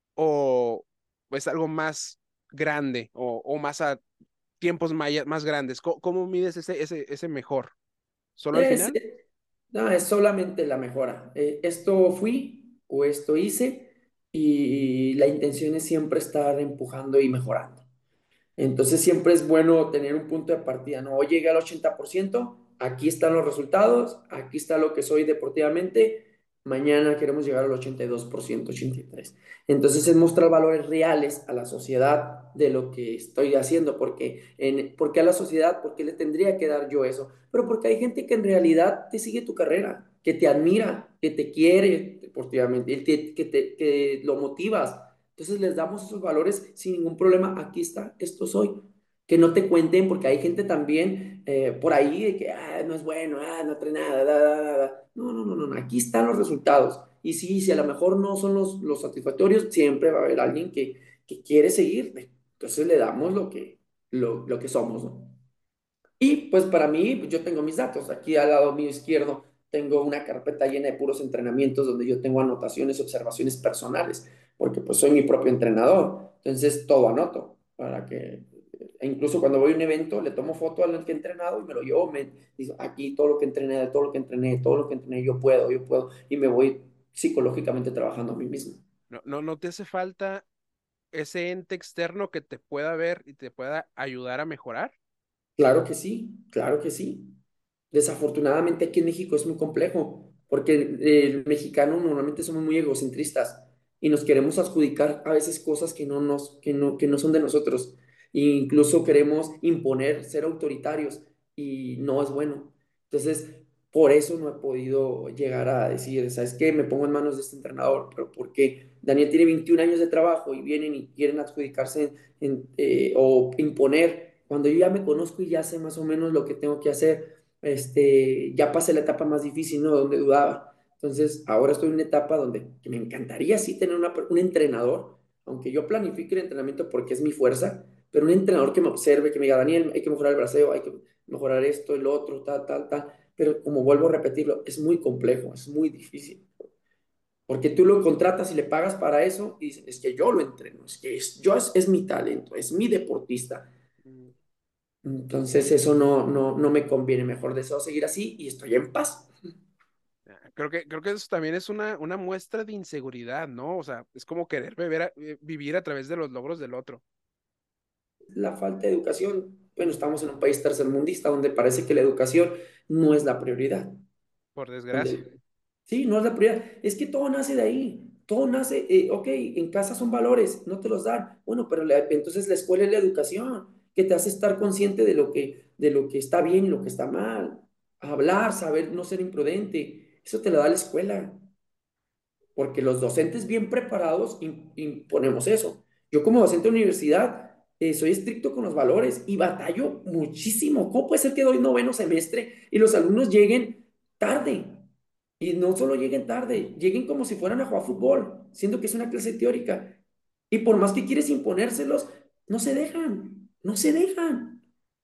¿O es algo más grande o, o más a tiempos maya- más grandes? ¿Cómo, cómo mides ese, ese, ese mejor? ¿Solo al Es, final? no, es solamente la mejora. Eh, esto fui o esto hice y la intención es siempre estar empujando y mejorando. Entonces siempre es bueno tener un punto de partida, ¿no? Hoy llegué al ochenta por ciento, aquí están los resultados, aquí está lo que soy deportivamente, mañana queremos llegar al ochenta y dos por ciento, ochenta y tres por ciento. Entonces es mostrar valores reales a la sociedad de lo que estoy haciendo, porque, en, porque a la sociedad, ¿por qué le tendría que dar yo eso? Pero porque hay gente que en realidad te sigue tu carrera, que te admira, que te quiere deportivamente, que que te, que lo motivas. Entonces les damos esos valores sin ningún problema. Aquí está, esto soy. Que no te cuenten, porque hay gente también eh, por ahí de que ah, no es bueno, ah, no trae nada. Da, da, da, da. No, no, no, no, aquí están los resultados. Y sí, si a lo mejor no son los, los satisfactorios, siempre va a haber alguien que, que quiere seguir. Entonces le damos lo que, lo, lo que somos, ¿no? Y pues para mí, pues, yo tengo mis datos. Aquí al lado mío izquierdo tengo una carpeta llena de puros entrenamientos donde yo tengo anotaciones y observaciones personales, porque pues soy mi propio entrenador. Entonces todo anoto para que, e incluso cuando voy a un evento, le tomo foto al que he entrenado y me lo llevo, me digo, aquí todo lo que entrené, todo lo que entrené, todo lo que entrené, yo puedo, yo puedo, y me voy psicológicamente trabajando a mí mismo. No, no, no te hace falta ese ente externo que te pueda ver y te pueda ayudar a mejorar. Claro que sí, claro que sí. Desafortunadamente aquí en México es muy complejo, porque el mexicano normalmente somos muy egocentristas y nos queremos adjudicar a veces cosas que no, nos, que no, que no son de nosotros. E incluso queremos imponer, ser autoritarios y no es bueno. Entonces, Por eso no he podido llegar a decir, ¿sabes qué? Me pongo en manos de este entrenador, pero porque Daniel tiene veintiún años de trabajo y vienen y quieren adjudicarse en- en, eh, o imponer, cuando yo ya me conozco y ya sé más o menos lo que tengo que hacer, este, ya pasé la etapa más difícil, ¿no? Donde dudaba. Entonces, ahora estoy en una etapa donde que me encantaría sí tener una per- un entrenador, aunque yo planifique el entrenamiento porque es mi fuerza, pero un entrenador que me observe, que me diga, Daniel, hay que mejorar el braceo, hay que mejorar esto, el otro, tal, tal, tal. Pero como vuelvo a repetirlo, es muy complejo, es muy difícil. Porque tú lo contratas y le pagas para eso y dices, es que yo lo entreno, es que es, yo es, es mi talento, es mi deportista. Mm, Entonces eso no, no, no me conviene, mejor deseo seguir así y estoy en paz. ah, Creo que, creo que eso también es una, una muestra de inseguridad, ¿no? O sea, es como querer beber a- eh, vivir a través de los logros del otro, La falta de educación, bueno, estamos en un país tercermundista donde parece que la educación no es la prioridad. por desgracia. Donde sí, no es la prioridad. Es que todo nace de ahí. Todo nace, eh, ok, en casa son valores, no te los dan. Bueno, pero la- entonces la escuela es la educación, que te hace estar consciente de lo que, de lo que está bien y lo que está mal. Hablar, saber no ser imprudente. Eso te lo da la escuela, porque los docentes bien preparados im- imponemos eso. Yo como docente de universidad eh, soy estricto con los valores y batallo muchísimo. ¿Cómo puede ser que doy noveno semestre y los alumnos lleguen tarde? Y no solo lleguen tarde, lleguen como si fueran a jugar fútbol, siendo que es una clase teórica. Y por más que quieres imponérselos, no se dejan, no se dejan.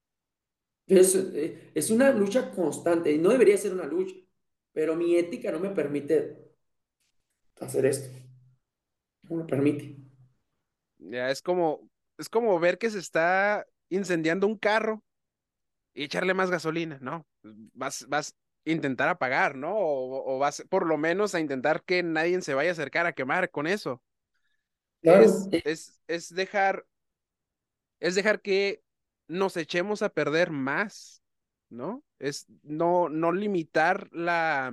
Es, eh, es una lucha constante y no debería ser una lucha, pero mi ética no me permite hacer esto, no me permite. Ya es como, es como ver que se está incendiando un carro y echarle más gasolina, ¿no? Vas, vas a intentar apagar, ¿no? O, o vas por lo menos a intentar que nadie se vaya a acercar a quemar con eso. Claro, Es, es, es dejar, es dejar que nos echemos a perder más, ¿no? Es no, no limitar la,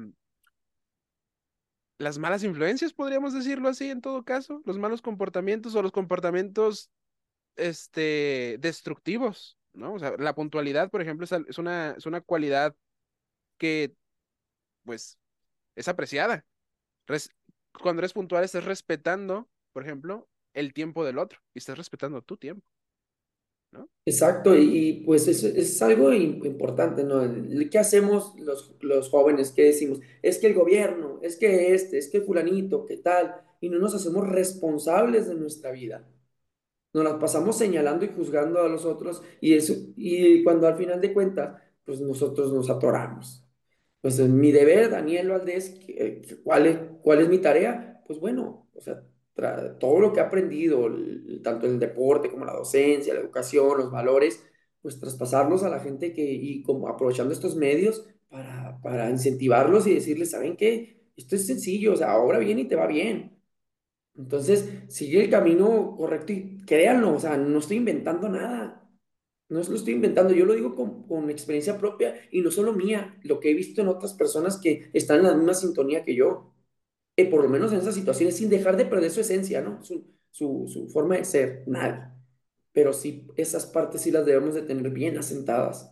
las malas influencias, podríamos decirlo así en todo caso, los malos comportamientos o los comportamientos, este, destructivos, ¿no? O sea, la puntualidad, por ejemplo, es, al- es una, es una cualidad que, pues, es apreciada. Res- Cuando eres puntual, estás respetando, por ejemplo, el tiempo del otro y estás respetando tu tiempo, ¿no? exacto, y, y, pues es, es algo im- importante, ¿no? El- ¿Qué hacemos los, los jóvenes? ¿Qué decimos? Es que el gobierno, es que este, es que fulanito, ¿qué tal? Y no nos hacemos responsables de nuestra vida. Nos las pasamos señalando y juzgando a los otros y eso, y cuando al final de cuentas, pues nosotros nos atoramos. Pues es mi deber, Daniel Valdés, que- que- ¿cuál es, cuál es mi tarea? Pues bueno, o sea, tra- todo lo que he aprendido, el- tanto el deporte como la docencia, la educación, los valores, pues traspasarlos a la gente que, y como aprovechando estos medios para, para incentivarlos y decirles, ¿saben qué? Esto es sencillo, o sea, ahora viene y te va bien. Entonces, sigue el camino correcto y créanlo, o sea, no estoy inventando nada. No lo estoy inventando, yo lo digo con, con experiencia propia y no solo mía, lo que he visto en otras personas que están en la misma sintonía que yo, eh, por lo menos en esas situaciones, sin dejar de perder su esencia, ¿no? Su, su, su forma de ser, nada. Pero sí, esas partes sí las debemos de tener bien asentadas.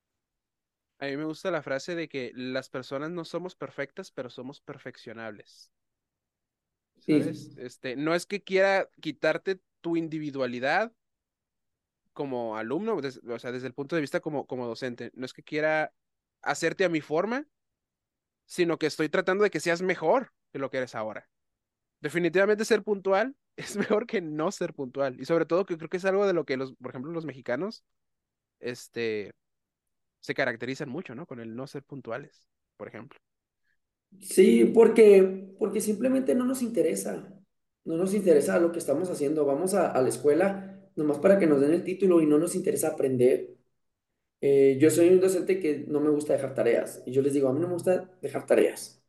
A mí me gusta la frase de que las personas no somos perfectas, pero somos perfeccionables, ¿sabes? Sí, Este, no es que quiera quitarte tu individualidad como alumno, des- o sea, desde el punto de vista como, como docente, no es que quiera hacerte a mi forma, sino que estoy tratando de que seas mejor que lo que eres ahora. Definitivamente ser puntual es mejor que no ser puntual. Y sobre todo que creo que es algo de lo que los, por ejemplo, los mexicanos, este, se caracterizan mucho, ¿no? Con el no ser puntuales, por ejemplo. sí, porque, porque simplemente no nos interesa, no nos interesa lo que estamos haciendo. Vamos a, a la escuela nomás para que nos den el título y no nos interesa aprender. Eh, yo soy un docente que no me gusta dejar tareas y yo les digo, a mí no me gusta dejar tareas.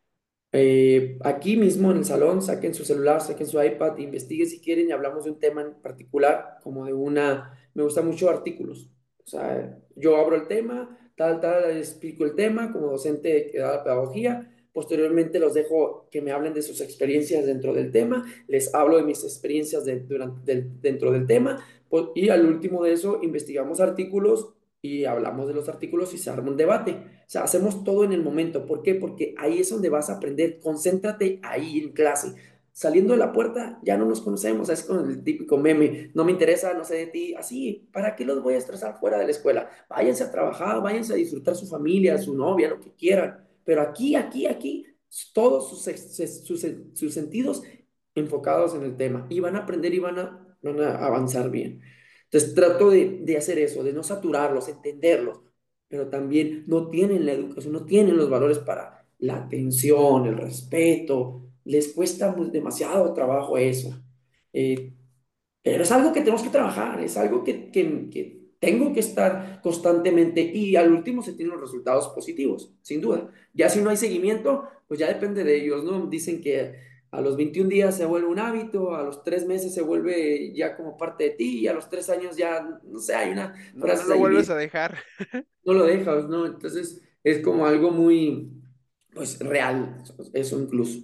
Eh, aquí mismo en el salón, saquen su celular, saquen su iPad, investiguen si quieren y hablamos de un tema en particular, como de una, me gusta mucho artículos. O sea, yo abro el tema, tal, tal, les explico el tema como docente que da la pedagogía. Posteriormente los dejo que me hablen de sus experiencias dentro del tema, les hablo de mis experiencias de- durante, del- dentro del tema, pues, y al último de eso investigamos artículos y hablamos de los artículos y se arma un debate. sea, hacemos todo en el momento. ¿Por qué? Porque ahí es donde vas a aprender. Concéntrate ahí en clase. Saliendo de la puerta, ya no nos conocemos, es con el típico meme, no me interesa, no sé de ti, así, ¿para qué los voy a estresar fuera de la escuela? Váyanse a trabajar, váyanse a disfrutar su familia, su novia, lo que quieran, pero aquí, aquí, aquí, todos sus, sus, sus sentidos enfocados en el tema y van a aprender y van a, van a avanzar bien. Entonces trato de, de hacer eso, de no saturarlos, entenderlos, pero también no tienen la educación, no tienen los valores para la atención, el respeto, les cuesta muy- demasiado trabajo eso. Eh, pero es algo que tenemos que trabajar, es algo que, que, que tengo que estar constantemente y al último se tienen los resultados positivos, sin duda. Ya si no hay seguimiento, pues ya depende de ellos, ¿no? Dicen que a los veintiún días se vuelve un hábito, a los tres meses se vuelve ya como parte de ti y a los tres años ya, no sé, hay una No, no frase lo ahí vuelves bien, a dejar. no lo dejas, ¿no? Entonces es como algo muy, pues, real, eso incluso.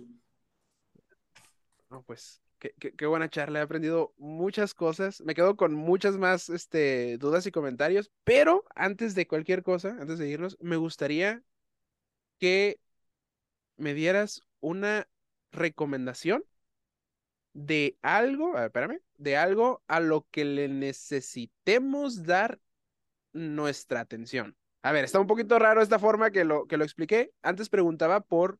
No, pues, qué, qué, qué buena charla. He aprendido muchas cosas. Me quedo con muchas más, este, dudas y comentarios. Pero antes de cualquier cosa, antes de irnos, me gustaría que me dieras una recomendación de algo, a ver, espérame, de algo a lo que le necesitemos dar nuestra atención. A ver, está un poquito raro esta forma que lo, que lo expliqué. Antes preguntaba por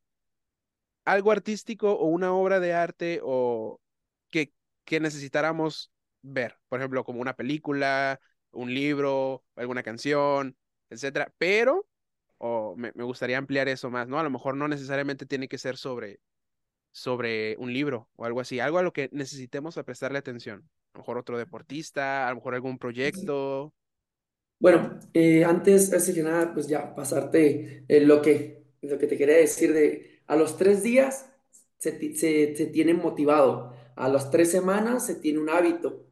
algo artístico o una obra de arte o que, que necesitáramos ver, por ejemplo, como una película, un libro, alguna canción, etcétera. Pero, o me, me gustaría ampliar eso más, ¿no? A lo mejor no necesariamente tiene que ser sobre, sobre un libro o algo así, algo a lo que necesitemos a prestarle atención. A lo mejor otro deportista, a lo mejor algún proyecto. Bueno, eh, antes, antes que nada, pues ya pasarte eh, lo que, lo que te quería decir de a los tres días se, ti- se, se tiene motivado, a las tres semanas se tiene un hábito,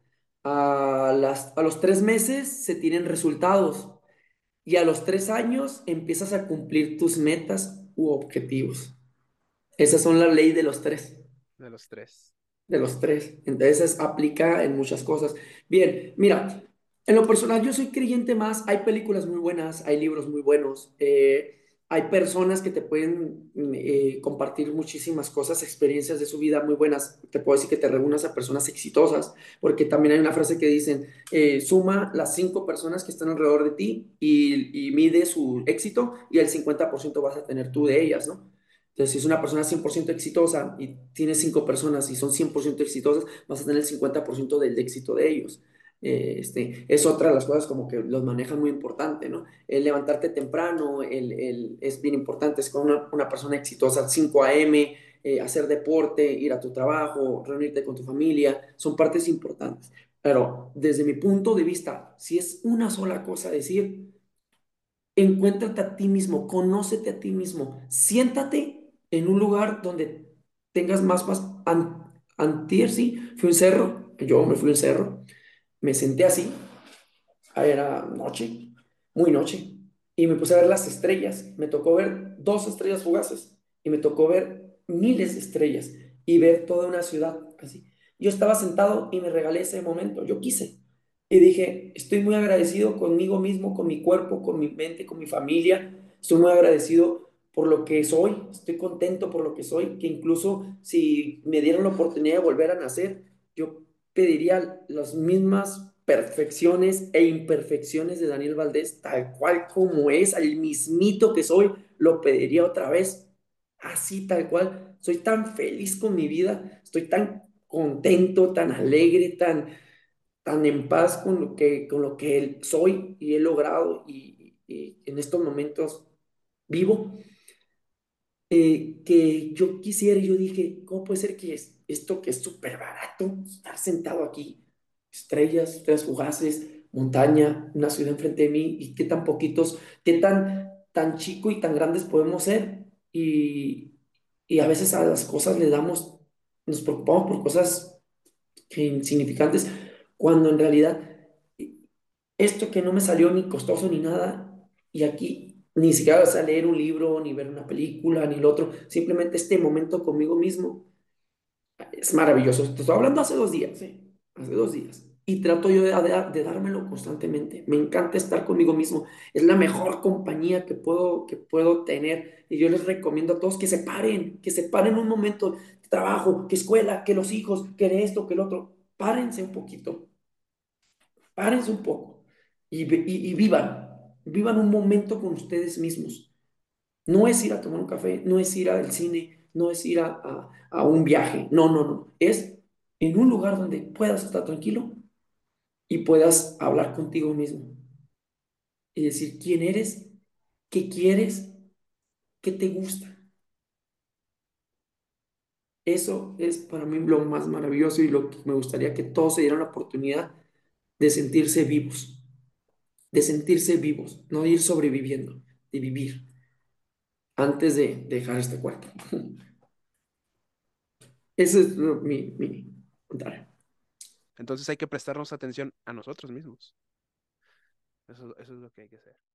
a, las, a los tres meses se tienen resultados y a los tres años empiezas a cumplir tus metas u objetivos. Esas son la ley de los tres. De los tres. De los tres. Entonces aplica en muchas cosas. Bien, mira, en lo personal yo soy creyente más, hay películas muy buenas, hay libros muy buenos, eh, hay personas que te pueden eh, compartir muchísimas cosas, experiencias de su vida muy buenas. Te puedo decir que te reúnas a personas exitosas, porque también hay una frase que dicen, eh, suma las cinco personas que están alrededor de ti y, y mide su éxito y el cincuenta por ciento vas a tener tú de ellas, ¿no? Entonces, si es una persona cien por ciento exitosa y tienes cinco personas y son cien por ciento exitosas, vas a tener el cincuenta por ciento del éxito de ellos. Eh, este, es otra de las cosas como que los manejan muy importante, ¿no? El levantarte temprano el, el- es bien importante, es con una, una persona exitosa, cinco a m, eh, hacer deporte, ir a tu trabajo, reunirte con tu familia, son partes importantes. Pero desde mi punto de vista, si es una sola cosa decir, encuéntrate a ti mismo, conócete a ti mismo, siéntate en un lugar donde tengas más paz. An- antier, sí, fui a un cerro, yo me fui a un cerro, me senté así, era noche, muy noche, y me puse a ver las estrellas, me tocó ver dos estrellas fugaces, y me tocó ver miles de estrellas, y ver toda una ciudad así. Yo estaba sentado y me regalé ese momento, yo quise, y dije, estoy muy agradecido conmigo mismo, con mi cuerpo, con mi mente, con mi familia. Estoy muy agradecido por lo que soy. Estoy contento por lo que soy, que incluso si me dieran la oportunidad de volver a nacer, yo pediría las mismas perfecciones e imperfecciones de Daniel Valdés, tal cual como es, al mismito que soy, lo pediría otra vez, así tal cual. Soy tan feliz con mi vida, estoy tan contento, tan alegre, tan tan en paz con lo que, con lo que soy y he logrado y, y en estos momentos vivo, eh, que yo quisiera, y yo dije, ¿cómo puede ser que es, esto que es súper barato, estar sentado aquí, estrellas, estrellas fugaces, montaña, una ciudad enfrente de mí, y qué tan poquitos, qué tan, tan chico y tan grandes podemos ser? Y, y a veces a las cosas le damos, nos preocupamos por cosas que insignificantes, cuando en realidad esto que no me salió ni costoso ni nada, y aquí ni siquiera vas a leer un libro, ni ver una película, ni el otro, simplemente este momento conmigo mismo es maravilloso. Te estoy hablando hace dos días, ¿eh? Hace dos días. y trato yo de, de- de dármelo constantemente. Me encanta estar conmigo mismo. Es la mejor compañía que puedo, que puedo tener. Y yo les recomiendo a todos que se paren, que se paren un momento. Trabajo, que escuela, que los hijos, que esto, que el otro. Párense un poquito, párense un poco y, vi- y, y vivan, vivan un momento con ustedes mismos. No es ir a tomar un café, no es ir al cine, no es ir a, a a un viaje. No, no, no. Es en un lugar donde puedas estar tranquilo y puedas hablar contigo mismo y decir quién eres, qué quieres, qué te gusta. Eso es para mí lo más maravilloso y lo que me gustaría que todos se dieran la oportunidad de sentirse vivos, de sentirse vivos, no de ir sobreviviendo, de vivir antes de dejar este cuerpo. Ese es lo- mi, mi comentario. Entonces hay que prestarnos atención a nosotros mismos. Eso, eso es lo que hay que hacer.